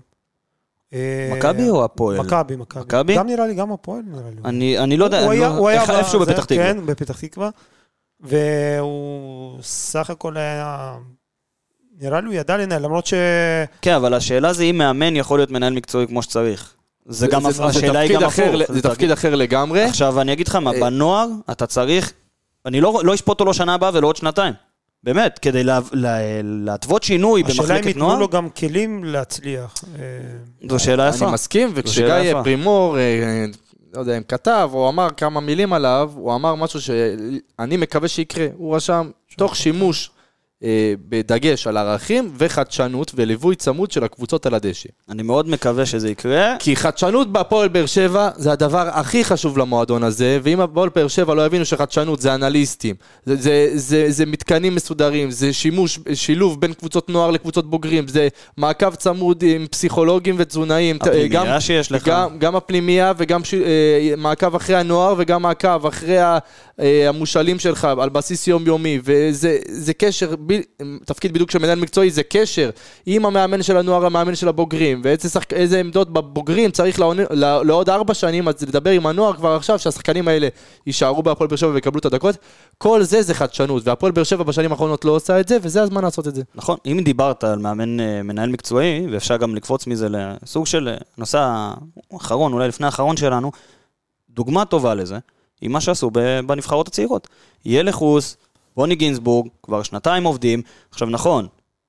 מכבי או הפועל? מכבי, מכבי. גם נראה לי, גם הפועל נראה לי. אני לא יודע, הוא היה איפשהו בפתח תקווה. כן, בפתח תקווה, והוא סך הכל היה... נראה לי הוא ידע לנהל, למרות ש... כן, אבל השאלה זה אם מאמן יכול להיות מנהל מקצועי כמו שצריך. זה גם, השאלה היא גם הפוך. זה תפקיד אחר לגמרי. עכשיו, אני אגיד לך מה, בנוער אתה צריך, אני לא אשפוט אותו לשנה הבאה ולא עוד שנתיים. באמת, כדי להתוות שינוי במחלקת נוער. השאלה אם ייתנו לו גם כלים להצליח. זו שאלה יפה. אני מסכים, וכשגיא פרימור, לא יודע אם כתב, או אמר כמה מילים עליו, הוא אמר משהו שאני מקווה שיקרה. הוא רשם, תוך שימוש בדגש על ערכים וחדשנות וליווי צמוד של הקבוצות על הדשא. אני מאוד מקווה שזה יקרה. כי חדשנות בהפועל באר שבע זה הדבר הכי חשוב למועדון הזה, ואם הפועל באר שבע לא יבינו שחדשנות זה אנליסטים, זה, זה, זה, זה מתקנים מסודרים, זה שימוש, שילוב בין קבוצות נוער לקבוצות בוגרים, זה מעקב צמוד עם פסיכולוגים ותזונאים. הפנימייה גם, שיש לך. גם, גם הפנימייה וגם ש, מעקב אחרי הנוער וגם מעקב אחרי המושאלים שלך על בסיס יומיומי, וזה זה קשר, ב, תפקיד בדיוק של מנהל מקצועי, זה קשר עם המאמן של הנוער, המאמן של הבוגרים, ואיזה שחק, איזה עמדות בבוגרים צריך לעוד, לעוד ארבע שנים, אז לדבר עם הנוער כבר עכשיו, שהשחקנים האלה יישארו בהפועל באר שבע ויקבלו את הדקות. כל זה זה חדשנות, והפועל באר שבע בשנים האחרונות לא עושה את זה, וזה הזמן לעשות את זה. נכון, אם דיברת על מאמן מנהל מקצועי, ואפשר גם לקפוץ מזה לסוג של נושא האחרון, אולי לפני האחרון שלנו, דוגמה טובה לזה, היא מה שעשו בנבחרות הצעירות. יהיה לחוס, רוני גינסבורג, כבר שנתיים עובדים, עכשיו נכון,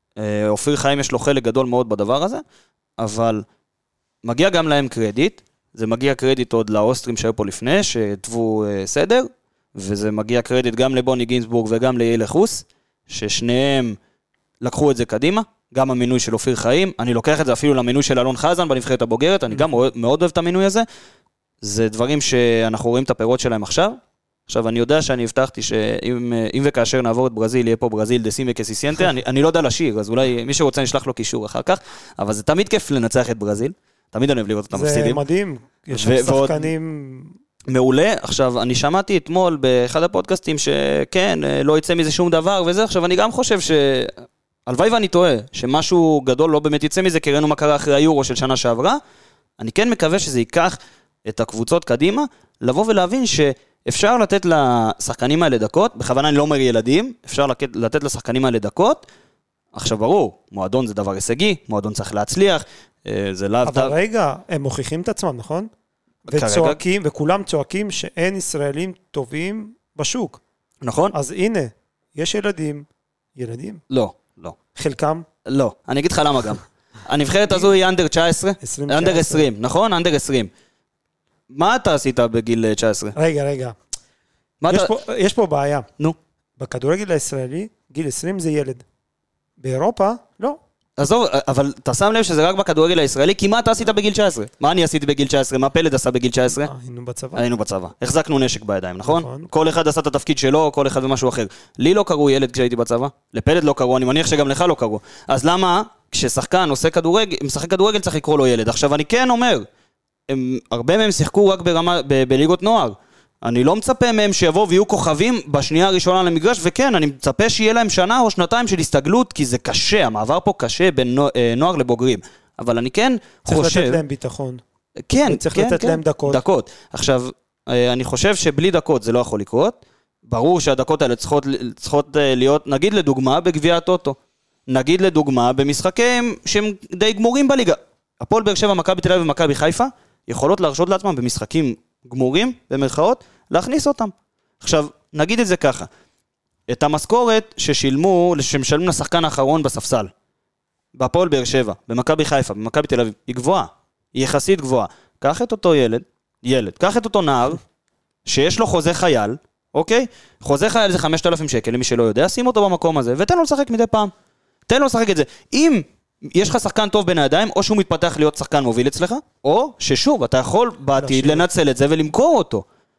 אופיר חיים יש לו חלק גדול מאוד בדבר הזה, אבל מגיע גם להם קרדיט, זה מגיע קרדיט עוד לאוסטרים שהיו פה לפני, שטבו סדר, וזה מגיע קרדיט גם לבוני גינסבורג וגם ליאל חוס, ששניהם לקחו את זה קדימה, גם המינוי של אופיר חיים, אני לוקח את זה אפילו למינוי של אלון חזן בנבחרת הבוגרת, אני גם מאוד אוהב את המינוי הזה, זה דברים שאנחנו רואים את הפירות שלהם עכשיו, עכשיו אני יודע שאני הבטחתי שאם וכאשר נעבור את ברזיל, יהיה פה ברזיל דסים וקסיסיינטה, אני, אני לא יודע לשיר, אז אולי מי שרוצה נשלח לו קישור אחר כך, אבל זה תמיד כיף לנצח את ברזיל, תמיד אני אוהב לראות אותם מפסידים. זה מדהים, יש שם שחקנים... מעולה, עכשיו אני שמעתי אתמול באחד הפודקאסטים שכן, לא יצא מזה שום דבר וזה, עכשיו אני גם חושב ש... הלוואי ואני טועה, שמשהו גדול לא באמת יצא מזה, כי ראינו מה קרה אחרי היורו של שנה שעברה, אני כן מקווה שזה ייקח את הקבוצות קדימה, לבוא ולהבין שאפשר לתת לשחקנים האלה דקות, בכוונה אני לא אומר ילדים, אפשר לתת לשחקנים האלה דקות, עכשיו ברור, מועדון זה דבר הישגי, מועדון צריך להצליח, זה לאו... אבל רגע, הם מוכיחים את עצמם, נכון? וצועקים, וכולם צועקים שאין ישראלים טובים בשוק. נכון. אז הנה, יש ילדים, ילדים? לא, לא. חלקם? לא, אני אגיד לך למה גם. הנבחרת הזו היא אנדר תשע עשרה, אנדר עשרים, נכון? אנדר עשרים. מה אתה עשית בגיל תשע עשרה? רגע, רגע. יש, אתה... פה, יש פה בעיה. נו. בכדורגל הישראלי, גיל עשרים זה ילד. באירופה, לא. עזוב, אבל אתה שם לב שזה רק בכדורגל הישראלי, כי מה אתה עשית בגיל תשע עשרה? מה אני עשיתי בגיל תשע עשרה? מה פלד עשה בגיל תשע עשרה? היינו בצבא. היינו בצבא. החזקנו נשק בידיים, נכון? נכון. כל אחד עשה את התפקיד שלו, כל אחד ומשהו אחר. לי לא קראו ילד כשהייתי בצבא, לפלד לא קראו, אני מניח שגם לך לא קראו. אז למה, כששחקן עושה כדורגל, משחק כדורגל צריך לקרוא לו ילד. עכשיו אני כן אומר, הם, הרבה מהם שיחקו רק ברמה, ב, בליגות נוער. אני לא מצפה מהם שיבואו ויהיו כוכבים בשנייה הראשונה למגרש, וכן, אני מצפה שיהיה להם שנה או שנתיים של הסתגלות, כי זה קשה, המעבר פה קשה בין נוער לבוגרים. אבל אני כן צריך חושב... צריך לתת להם ביטחון. כן, צריך כן, לתת כן. להם דקות. דקות. עכשיו, אני חושב שבלי דקות זה לא יכול לקרות. ברור שהדקות האלה צריכות, צריכות להיות, נגיד לדוגמה, בגביע הטוטו. נגיד לדוגמה, במשחקים שהם די גמורים בליגה. הפועל באר שבע, מכבי תל אביב ומכבי חיפה, יכולות להרשות לעצמם במשחקים גמורים, במרכאות, להכניס אותם. עכשיו, נגיד את זה ככה. את המשכורת ששילמו, שמשלמים לשחקן האחרון בספסל, בהפועל באר שבע, במכבי חיפה, במכבי תל אביב, היא גבוהה. היא יחסית גבוהה. קח את אותו ילד, ילד, קח את אותו נער, שיש לו חוזה חייל, אוקיי? חוזה חייל זה חמשת אלפים שקל, למי שלא יודע, שים אותו במקום הזה, ותן לו לשחק מדי פעם. תן לו לשחק את זה. אם יש לך שחקן טוב בין הידיים, או שהוא מתפתח להיות שחקן מוביל אצלך, או ששוב, אתה יכול בעתיד לנצל את זה ולמכור אותו.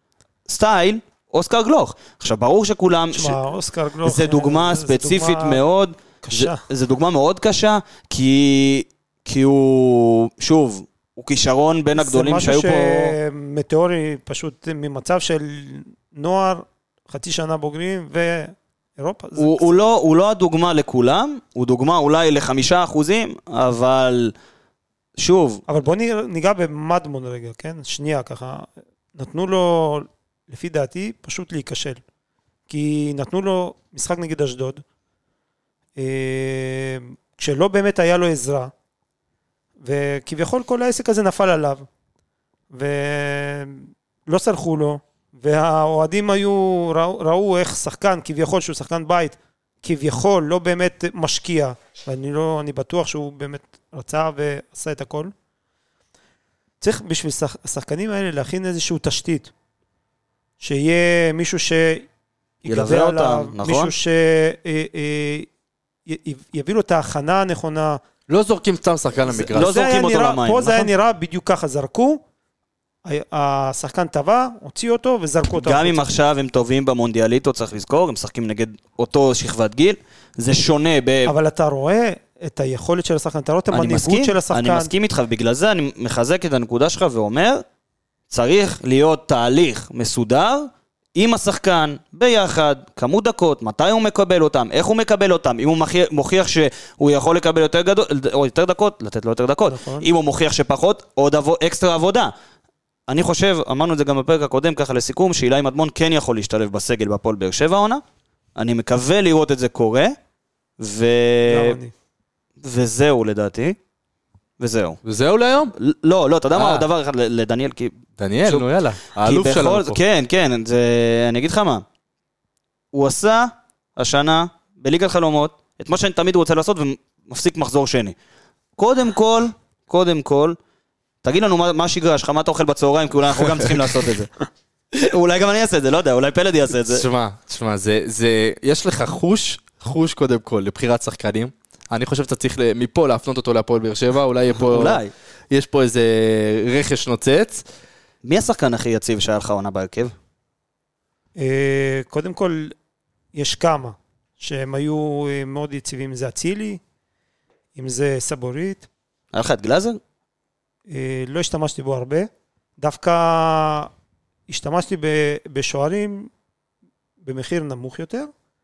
סטייל, אוסקר גלוך. עכשיו, ברור שכולם... תשמע, אוסקר גלוך... זה דוגמה ספציפית מאוד... קשה. זה דוגמה מאוד קשה, כי... כי הוא... שוב, הוא כישרון בין הגדולים שהיו פה... זה משהו שמטאורי פשוט ממצב של נוער, חצי שנה בוגרים ואירופה. הוא, הוא, לא, הוא לא הדוגמה לכולם, הוא דוגמה אולי לחמישה אחוזים, אבל שוב... אבל בוא ניגע במדמון רגע, כן? שנייה ככה. נתנו לו, לפי דעתי, פשוט להיכשל. כי נתנו לו משחק נגד אשדוד, כשלא באמת היה לו עזרה, וכביכול כל העסק הזה נפל עליו, ולא סלחו לו, והאוהדים היו, ראו, ראו איך שחקן, כביכול שהוא שחקן בית, כביכול לא באמת משקיע, ואני לא, אני בטוח שהוא באמת רצה ועשה את הכל. צריך בשביל השחקנים האלה להכין איזשהו תשתית, שיהיה מישהו שיגדל עליו, נכון? מישהו יביא לו את ההכנה הנכונה. לא זורקים סתם שחקן למגרש. לא זורקים אותו למים. פה זה היה נראה בדיוק ככה, זרקו, השחקן טבע, הוציא אותו וזרקו אותו. גם אם עכשיו הם טובים במונדיאליטו, צריך לזכור, הם משחקים נגד אותו שכבת גיל, זה שונה ב... אבל אתה רואה את היכולת של השחקן, אתה רואה את המנהיגות של השחקן. אני מסכים איתך, ובגלל זה אני מחזק את הנקודה שלך ואומר, צריך להיות תהליך מסודר, עם השחקן, ביחד, כמות דקות, מתי הוא מקבל אותם, איך הוא מקבל אותם, אם הוא מוכיח שהוא יכול לקבל יותר, גדול, או יותר דקות, לתת לו יותר דקות, נכון. אם הוא מוכיח שפחות, עוד עבוד, אקסטרה עבודה. אני חושב, אמרנו את זה גם בפרק הקודם, ככה לסיכום, שאילי מדמון כן יכול להשתלב בסגל בפועל באר שבע עונה, אני מקווה לראות את זה קורה, ו... וזהו לדעתי, וזהו. וזהו להיום? לא, לא, אתה יודע מה, דבר אחד לדניאל, כי... דניאל, נו יאללה, האלוף שלנו פה. כן, כן, אני אגיד לך מה, הוא עשה השנה בליגת חלומות, את מה שאני תמיד רוצה לעשות, ומפסיק מחזור שני. קודם כל, קודם כל, תגיד לנו מה השגרה שלך, מה אתה אוכל בצהריים, כי אולי אנחנו גם צריכים לעשות את זה. אולי גם אני אעשה את זה, לא יודע, אולי פלד יעשה את זה. תשמע, תשמע, זה, יש לך חוש, חוש קודם כל, לבחירת שחקנים. אני חושב שאתה צריך מפה להפנות אותו להפועל באר שבע, אולי יהיה פה, אולי. יש פה איזה רכש נוצץ. מי השחקן הכי יציב שהיה לך עונה בהרכב? קודם כל, יש כמה שהם היו מאוד יציבים, זה אצילי, אם זה סבורית. היה לך את גלאזר? לא השתמשתי בו הרבה, דווקא השתמשתי בשוערים במחיר נמוך יותר,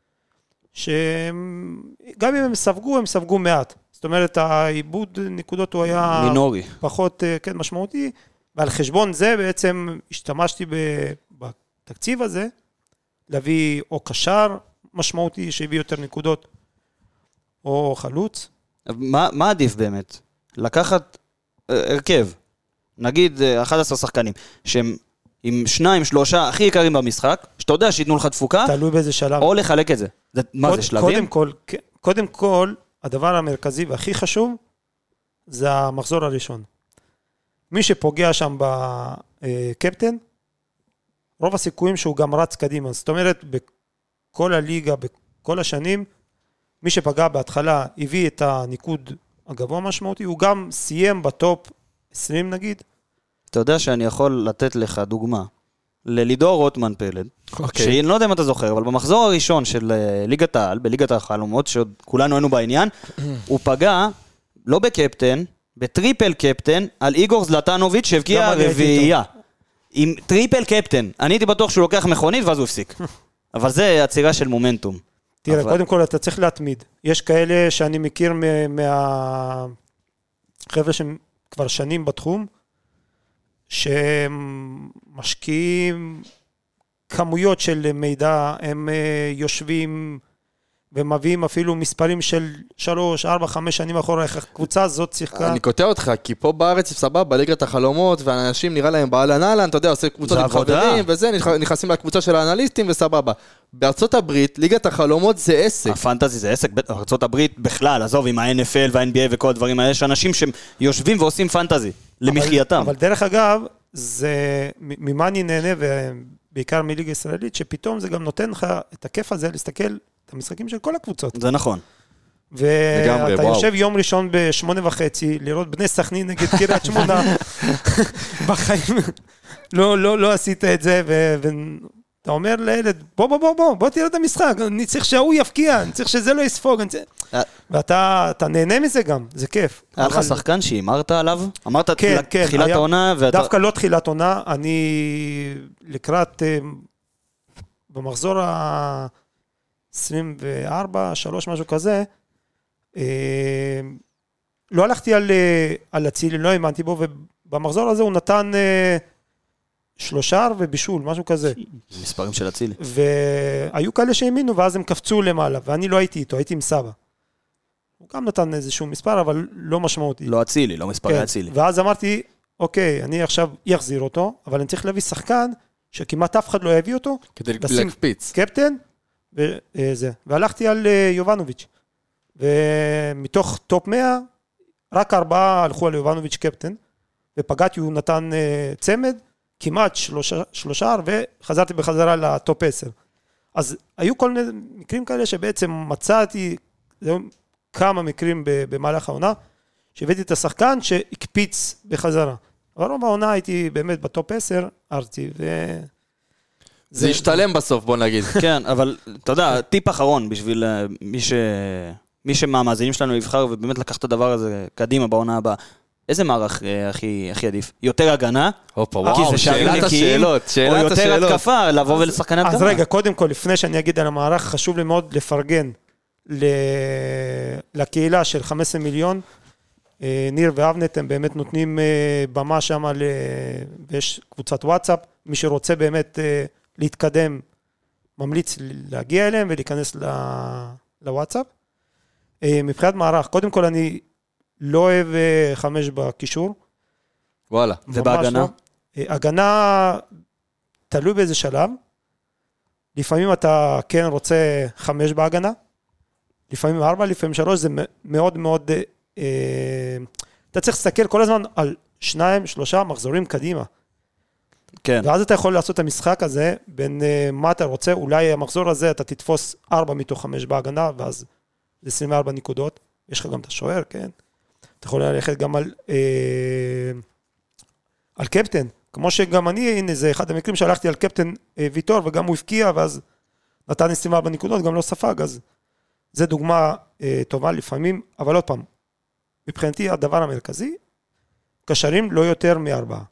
שגם אם הם ספגו, הם ספגו מעט. זאת אומרת, העיבוד נקודות הוא היה מינורי. פחות כן, משמעותי, ועל חשבון זה בעצם השתמשתי בתקציב הזה, להביא או קשר משמעותי שהביא יותר נקודות, או חלוץ. מה, מה עדיף באמת? לקחת הרכב, נגיד אחד עשר שחקנים, שהם עם שניים, שלושה הכי יקרים במשחק, שאתה יודע שיתנו לך תפוקה, תלוי באיזה שלב. או לחלק את זה. זה מה קוד, זה, שלבים? קודם כל, קודם כל, הדבר המרכזי והכי חשוב, זה המחזור הראשון. מי שפוגע שם בקפטן, רוב הסיכויים שהוא גם רץ קדימה. זאת אומרת, בכל הליגה, בכל השנים, מי שפגע בהתחלה, הביא את הניקוד הגבוה המשמעותי, הוא גם סיים בטופ עשרים נגיד. אתה יודע שאני יכול לתת לך דוגמה, ללידור רוטמן פלד, okay. שאני לא יודע אם אתה זוכר, אבל במחזור הראשון של ליגת העל, בליגת החלומות, שעוד כולנו היינו בעניין, הוא פגע, לא בקפטן, בטריפל קפטן, על איגור זלטנוביץ' שהבקיע רביעייה. עם טריפל קפטן. אני הייתי בטוח שהוא לוקח מכונית, ואז הוא הפסיק. אבל זה הצירה של מומנטום. תראה, אבל... קודם כל אתה צריך להתמיד. יש כאלה שאני מכיר מהחבר'ה שהם כבר שנים בתחום, שהם משקיעים כמויות של מידע, הם יושבים ומביאים אפילו מספרים של שלוש, ארבע, חמש שנים אחורה, איך הקבוצה הזאת שיחקה. אני קוטע אותך, כי פה בארץ סבבה, בליגת החלומות, ואנשים נראה להם בעלן אהלן, אתה יודע, עושה קבוצות עם חברים, וזה, נכנסים לקבוצה של האנליסטים, וסבבה. בארצות הברית, ליגת החלומות זה עסק. הפנטזי זה עסק, בארצות הברית בכלל, עזוב, עם ה-אן אף אל וה-אן בי איי וכל הדברים האלה, יש אנשים שיושבים ועושים פנטזי, למחייתם. אבל דרך אגב, זה, ממה אני נהנה, ובעיקר מליגה ישראלית, שפתאום זה גם נותן לך את הכיף הזה להסתכל את המשחקים של כל הקבוצות. זה נכון. ואתה יושב יום ראשון בשמונה וחצי, לראות בני סכנין נגד קריית שמונה, בחיים לא, לא, לא עשית את זה, ואתה אומר לילד, בוא, בוא, בוא, בוא, בוא תראה את המשחק, אני צריך שהוא יפקיע, אני צריך שזה לא יספוג, ואתה אתה נהנה מזה גם, זה כיף. היה לך שחקן שאמרת עליו? אמרת תחילת העונה? דווקא לא תחילת עונה, אני לקראת, במחזור ה... עשרים וארבע, שלוש, משהו כזה, לא הלכתי על, על הצילי, לא האמנתי בו, ובמחזור הזה הוא נתן שלושה ובישול, משהו כזה. מספרים של הצילי. והיו כאלה שהאמינו, ואז הם קפצו למעלה, ואני לא הייתי איתו, הייתי עם סבא. הוא גם נתן איזשהו מספר, אבל לא משמעותי. לא הצילי, לא מספרי כן. הצילי. ואז אמרתי, אוקיי, אני עכשיו אחזיר אותו, אבל אני צריך להביא שחקן, שכמעט אף אחד לא יביא אותו. כדי להקפיץ. קפטן, וזה. והלכתי על יובנוביץ'. ומתוך טופ מאה, רק ארבעה הלכו על יובנוביץ' קפטן, ופגעתי, הוא נתן צמד, כמעט שלושה, שלושה, וחזרתי בחזרה לטופ עשר. אז היו כל מיני מקרים כאלה שבעצם מצאתי זה כמה מקרים במהלך העונה, שהבאתי את השחקן שהקפיץ בחזרה. אבל רוב העונה הייתי באמת בטופ עשר, ארצי, ו... זה השתלם בסוף, בוא נגיד. כן, אבל אתה יודע, טיפ אחרון בשביל מי ש... מי שמהמאזינים שלנו יבחר ובאמת לקח את הדבר הזה קדימה בעונה הבאה. איזה מערך הכי, הכי עדיף? יותר הגנה? הופה, וואו, שאלת השאלות, שאלת או יותר השאלות. התקפה, לבוא ולשחקן הגנה? אז רגע, קודם כל, לפני שאני אגיד על המערך, חשוב לי מאוד לפרגן לקהילה של חמישה עשר מיליון. ניר ואבנט, הם באמת נותנים במה שם, ויש קבוצת וואטסאפ. מי שרוצה באמת להתקדם, ממליץ להגיע אליהם ולהיכנס לוואטסאפ. מבחינת מערך, קודם כל אני לא אוהב חמש בקישור. וואלה. ובהגנה? לא. הגנה תלוי באיזה שלב. לפעמים אתה כן רוצה חמש בהגנה. לפעמים ארבע, לפעמים שלוש, זה מאוד מאוד... אה, אתה צריך להסתכל כל הזמן על שניים, שלושה מחזורים קדימה. כן. ואז אתה יכול לעשות את המשחק הזה, בין אה, מה אתה רוצה, אולי המחזור הזה אתה תתפוס ארבע מתוך חמש בהגנה, ואז זה עשרים וארבע נקודות. יש לך גם את השוער, כן? אתה יכול ללכת גם על, אה, על קפטן, כמו שגם אני, הנה, זה אחד המקרים שהלכתי על קפטן אה, ויטור, וגם הוא הפקיע, ואז נתן עשרים וארבע נקודות, גם לא ספג, אז זה דוגמה אה, טובה לפעמים, אבל עוד פעם, מבחינתי הדבר המרכזי, קשרים לא יותר מארבעה.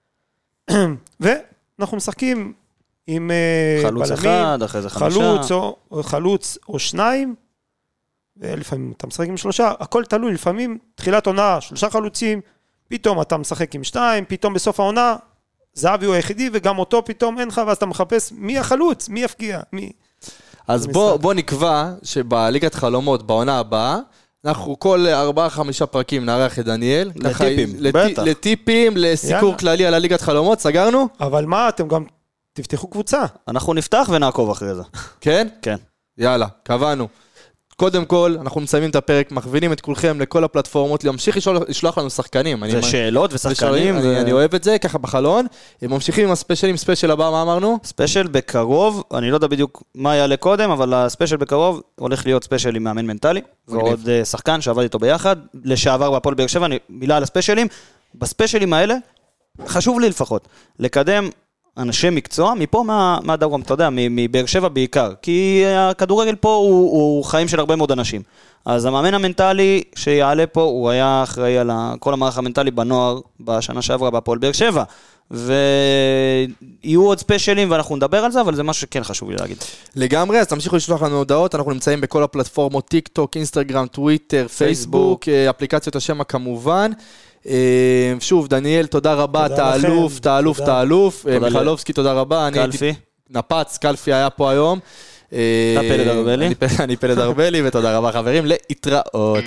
ואנחנו משחקים עם אה, חלוץ בלמים, אחד, אחרי זה חמישה. חלוץ או, או חלוץ או שניים, ולפעמים אתה משחק עם שלושה, הכל תלוי, לפעמים תחילת עונה, שלושה חלוצים, פתאום אתה משחק עם שתיים, פתאום בסוף העונה, זהבי הוא היחידי, וגם אותו פתאום אין לך, ואז אתה מחפש מי החלוץ, מי יפגיע, מי... אז בוא, בוא נקבע שבליגת חלומות בעונה הבאה, אנחנו כל ארבעה חמישה פרקים נערך את דניאל. לטיפים, לט... בטח. לטיפים, לסיקור יאללה. כללי על הליגת חלומות, סגרנו? אבל מה, אתם גם תפתחו קבוצה. אנחנו נפתח ונעקוב אחרי זה. כן? כן. יאללה, קבענו. קודם כל, אנחנו מסיימים את הפרק, מכווינים את כולכם לכל הפלטפורמות, להמשיך לשלוח, לשלוח לנו שחקנים. זה אני, שאלות ושחקנים. אני, ו... אני אוהב את זה, ככה בחלון. הם ממשיכים עם הספיישלים, ספיישל הבא, מה אמרנו? ספיישל בקרוב, אני לא יודע בדיוק מה יעלה קודם, אבל הספיישל בקרוב הולך להיות ספיישל עם מאמן מנטלי, ועוד שחקן שעבד איתו ביחד, לשעבר בהפועל באר שבע, אני מילה על הספיישלים. בספיישלים האלה, חשוב לי לפחות, לקדם אנשי מקצוע, מפה מה, מהדרום, אתה יודע, מבאר שבע בעיקר, כי הכדורגל פה הוא, הוא חיים של הרבה מאוד אנשים. אז המאמן המנטלי שיעלה פה, הוא היה אחראי על כל המערך המנטלי בנוער, בשנה שעברה בהפועל באר שבע, ויהיו עוד ספיישלים ואנחנו נדבר על זה, אבל זה משהו שכן חשוב לי להגיד. לגמרי, אז תמשיכו לשלוח לנו הודעות, אנחנו נמצאים בכל הפלטפורמות, טיק טוק, אינסטגרם, טוויטר, פייסבוק, אפליקציות השמה כמובן. שוב, דניאל, תודה רבה, תאלוף, תאלוף, תאלוף, מיכלובסקי, תודה רבה. קלפי. נפץ, קלפי היה פה היום. אתה פלד ארבלי. אני פלד ארבלי, ותודה רבה חברים, להתראות.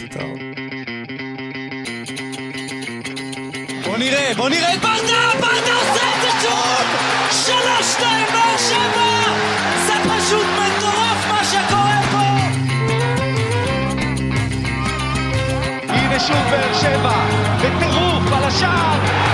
בוא נראה, בוא נראה את ברדה, ברדה עושה את זה שוב! שלוש, שתיים, באר שבע! זה פשוט מטורף מה שקורה פה! הנה שוב באר שבע, בטירוף על השער!